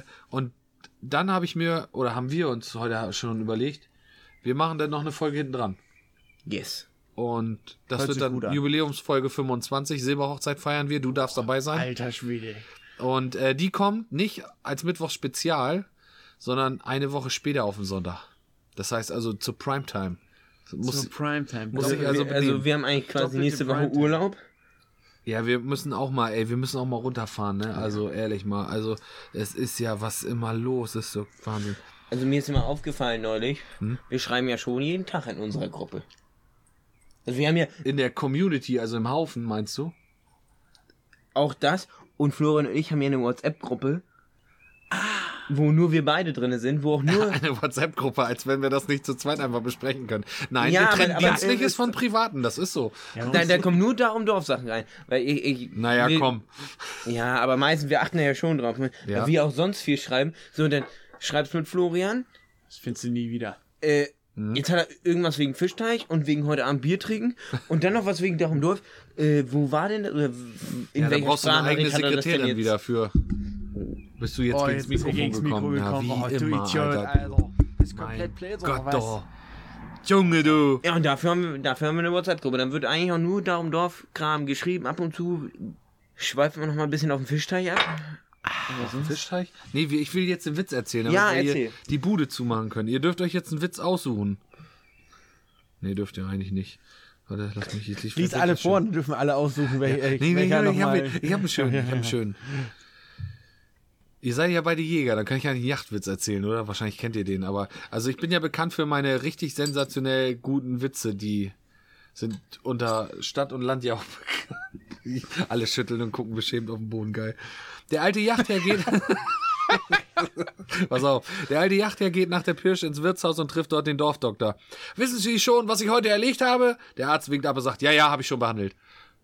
B: dann haben wir uns heute schon überlegt, wir machen dann noch eine Folge hinten dran.
C: Yes.
B: Und das wird dann Jubiläumsfolge 25, Silberhochzeit feiern wir, du darfst dabei sein.
D: Alter Schwede.
B: Und die kommt nicht als Mittwochsspezial, sondern eine Woche später auf den Sonntag. Das heißt also zur Primetime.
D: Zur Primetime.
C: Also wir haben eigentlich quasi nächste Woche Urlaub.
B: Ja, wir müssen auch mal runterfahren, ne? Also ehrlich mal, also es ist ja was immer los, ist so Wahnsinn.
C: Also mir ist immer aufgefallen neulich, wir schreiben ja schon jeden Tag in unserer Gruppe. Also wir haben ja...
B: In der Community, also im Haufen, meinst du?
C: Auch das und Florian und ich haben ja eine WhatsApp-Gruppe, wo nur wir beide drin sind, wo auch nur...
B: Eine WhatsApp-Gruppe, als wenn wir das nicht zu zweit einfach besprechen können. Nein,
C: ja,
B: wir trennen Dienstliches von Privaten, das ist so.
C: Ja, da kommen nur Dorfsachen rein. Weil
B: komm.
C: Ja, aber meistens, wir achten ja schon drauf. Ja. Weil wir auch sonst viel schreiben. So, dann schreibst du mit Florian.
D: Das findest du nie wieder.
C: Jetzt hat er irgendwas wegen Fischteich und wegen heute Abend Bier trinken und dann noch was wegen im Dorf. Wo war denn das? Oder in
B: welcher brauchst du eine eigene Sekretärin wieder für... Bist du jetzt gegen das Mikrofon gekommen? Ja, wie
D: du
B: immer,
D: Idiot, Alter. Das ist komplett blöd, oder was?
B: Gott, Junge, du.
C: Ja, und dafür haben wir eine WhatsApp-Gruppe. Dann wird eigentlich auch nur darum Dorfkram geschrieben. Ab und zu schweifen wir noch mal ein bisschen auf den Fischteich ab.
B: Fischteich? Nee, ich will jetzt einen Witz erzählen,
C: damit
B: wir die Bude zumachen können. Ihr dürft euch jetzt einen Witz aussuchen. Nee, dürft ihr eigentlich nicht. Warte, lass mich jetzt nicht...
D: Lies alle vor, dann dürfen alle aussuchen, welcher
B: ich hab einen schönen. Ihr seid ja beide Jäger, dann kann ich ja einen Yachtwitz erzählen, oder? Wahrscheinlich kennt ihr den, aber also ich bin ja bekannt für meine richtig sensationell guten Witze, die sind unter Stadt und Land ja auch bekannt. Alle schütteln und gucken beschämt auf den Boden, geil. Der alte Yachtherr geht... Pass auf, der alte Yachtherr geht nach der Pirsch ins Wirtshaus und trifft dort den Dorfdoktor. Wissen Sie schon, was ich heute erlegt habe? Der Arzt winkt ab und sagt, ja, habe ich schon behandelt.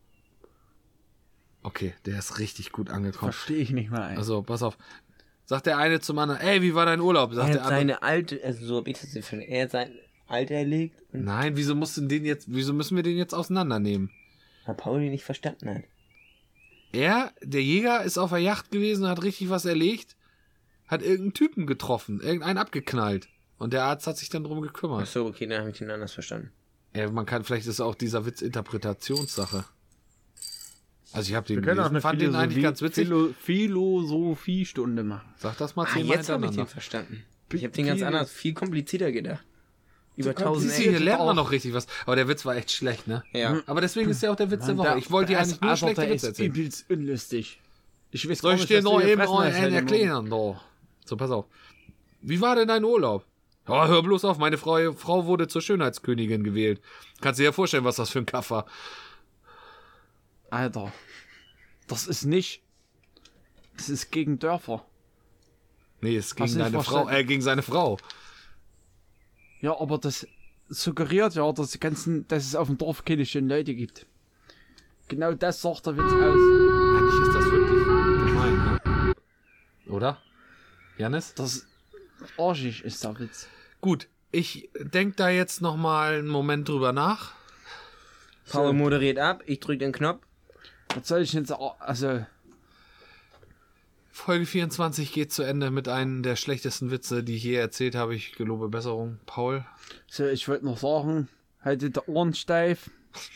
B: Okay, der ist richtig gut angekommen.
D: Verstehe ich nicht mal.
B: Also, pass auf. Sagt der eine zum anderen, ey, wie war dein Urlaub? Sagt der andere,
C: seine alte, also so hab ich das verstanden. Er hat sein Alter erlegt.
B: Nein, wieso müssen wir den jetzt auseinandernehmen?
C: Weil Paul ihn nicht verstanden hat.
B: Der Jäger, ist auf der Yacht gewesen und hat richtig was erlegt, hat irgendeinen Typen getroffen, irgendeinen abgeknallt. Und der Arzt hat sich dann drum gekümmert.
C: Ach so, okay, dann habe ich den anders verstanden.
B: Ja, vielleicht ist auch dieser Witz Interpretationssache. Also ich habe den
D: Wir können auch
B: gelesen,
D: eine
B: fand den eigentlich ganz witzig.
D: Philosophiestunde machen.
B: Sag das mal 10 Mal
C: Jetzt habe ich den
B: hintereinander.
C: verstanden. Ich habe den ganz anders, viel komplizierter gedacht. Über 1000
B: Siehst du, hier lernt man noch richtig was. Aber der Witz war echt schlecht, ne?
C: Ja.
B: Aber deswegen ist ja auch der Witz der Woche. Ich wollte dir eigentlich nur schlechte Witze erzählen.
D: Übelst unlustig. Ich weiß
B: Soll ich dir noch eben einen erklären? Doch. So, pass auf. Wie war denn dein Urlaub? Oh, hör bloß auf, meine Frau wurde zur Schönheitskönigin gewählt. Kannst dir ja vorstellen, was das für ein Kaff war.
D: Alter, das ist nicht. Das ist gegen Dörfer.
B: Nee, es ist gegen gegen seine Frau.
D: Ja, aber das suggeriert ja, dass es auf dem Dorf keine schönen Leute gibt. Genau das sagt der Witz aus.
B: Eigentlich ist das wirklich gemein, ne? Oder? Janis?
D: Das arschig ist der Witz.
B: Gut, ich denke da jetzt nochmal einen Moment drüber nach.
C: Paul moderiert ab, ich drücke den Knopf.
D: Was soll ich jetzt sagen? Also.
B: Folge 24 geht zu Ende mit einem der schlechtesten Witze, die ich je erzählt habe. Ich gelobe Besserung. Paul?
D: So, ich wollte noch sagen, haltet die Ohren steif.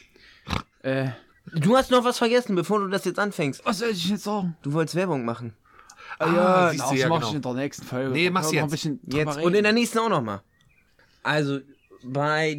C: Du hast noch was vergessen, bevor du das jetzt anfängst.
D: Was soll ich jetzt sagen?
C: Du wolltest Werbung machen.
D: Ja,
B: siehst
D: das
B: du ja,
D: mach
B: genau.
D: ich in der nächsten Folge.
B: Nee,
D: Da
B: mach's
D: können wir
B: jetzt.
D: ein bisschen
C: Jetzt
D: drüber
C: und in
D: reden.
C: der nächsten auch nochmal. Also bei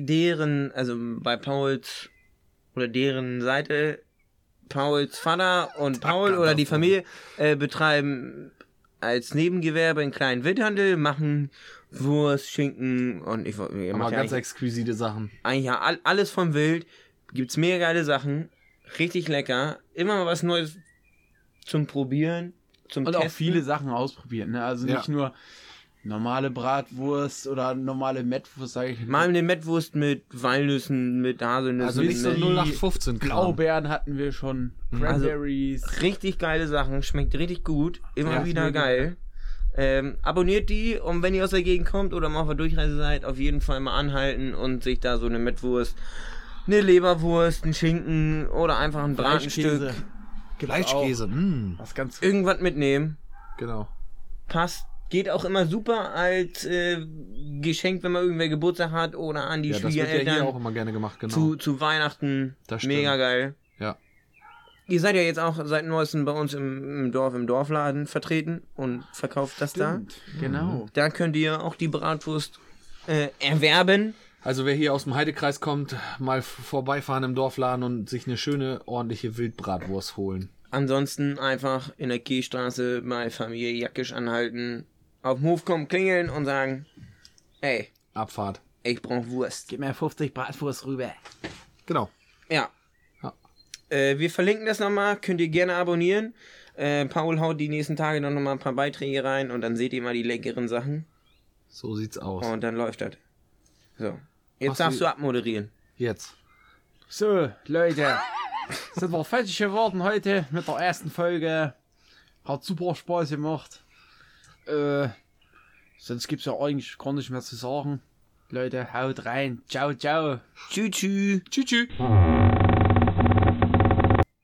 C: Pauls oder deren Seite, Pauls Vater und Paul oder die Familie betreiben als Nebengewerbe einen kleinen Wildhandel, machen Wurst, Schinken und
B: Aber ganz exquisite Sachen.
C: eigentlich ja alles vom Wild. Gibt's mega geile Sachen, richtig lecker, immer mal was Neues zum Probieren, zum
D: Und
C: Testen.
D: auch viele Sachen ausprobieren, ne? Also nicht nur normale Bratwurst oder normale Mettwurst, sage ich.
C: Mal eine Mettwurst mit Walnüssen, mit Haselnüssen.
B: Also nicht so
C: mit
B: 0815 Kram.
D: Blaubeeren hatten wir schon, Cranberries.
C: richtig geile Sachen, schmeckt richtig gut, immer
D: Ja,
C: wieder
D: mega
C: geil. Abonniert die und wenn ihr aus der Gegend kommt oder mal auf der Durchreise seid, auf jeden Fall mal anhalten und sich da so eine Mettwurst, eine Leberwurst, ein Schinken oder einfach ein Bratenstück,
B: Fleischkäse,
D: Was ganz
C: irgendwas mitnehmen.
B: genau.
C: Passt. Geht auch immer super als Geschenk, wenn man irgendwer Geburtstag hat oder an die
B: Ja, das wird ja
C: Schwiegereltern.
B: hier auch immer gerne gemacht, genau.
C: zu Weihnachten.
B: Das stimmt.
C: Mega geil.
B: Ja.
C: Ihr seid ja jetzt auch seit neuestem bei uns im Dorfladen vertreten und verkauft das
D: stimmt. Genau.
C: da. Da könnt ihr auch die Bratwurst erwerben.
B: Also wer hier aus dem Heidekreis kommt, mal vorbeifahren im Dorfladen und sich eine schöne, ordentliche Wildbratwurst holen.
C: Ansonsten einfach in der Kehlstraße bei Familie Jackisch anhalten, auf den Hof kommen, klingeln und sagen, ey,
B: Abfahrt.
C: ich brauch Wurst.
D: Gib mir 50 Bratwurst rüber.
B: Genau.
C: Ja.
B: Ja.
C: Wir verlinken das nochmal, könnt ihr gerne abonnieren. Paul haut die nächsten Tage noch mal ein paar Beiträge rein und dann seht ihr mal die leckeren Sachen.
B: So sieht's aus.
C: Und dann läuft das. So. Jetzt
B: Machst
C: darfst
B: du-
C: du abmoderieren.
B: Jetzt.
D: So, Leute. Sind wir fertig geworden heute mit der ersten Folge. Hat super Spaß gemacht. Sonst gibt's ja eigentlich gar nicht mehr zu sagen. Leute, haut rein. Ciao, ciao.
C: Tschüss, tschüss.
B: Tschüss, tschüss.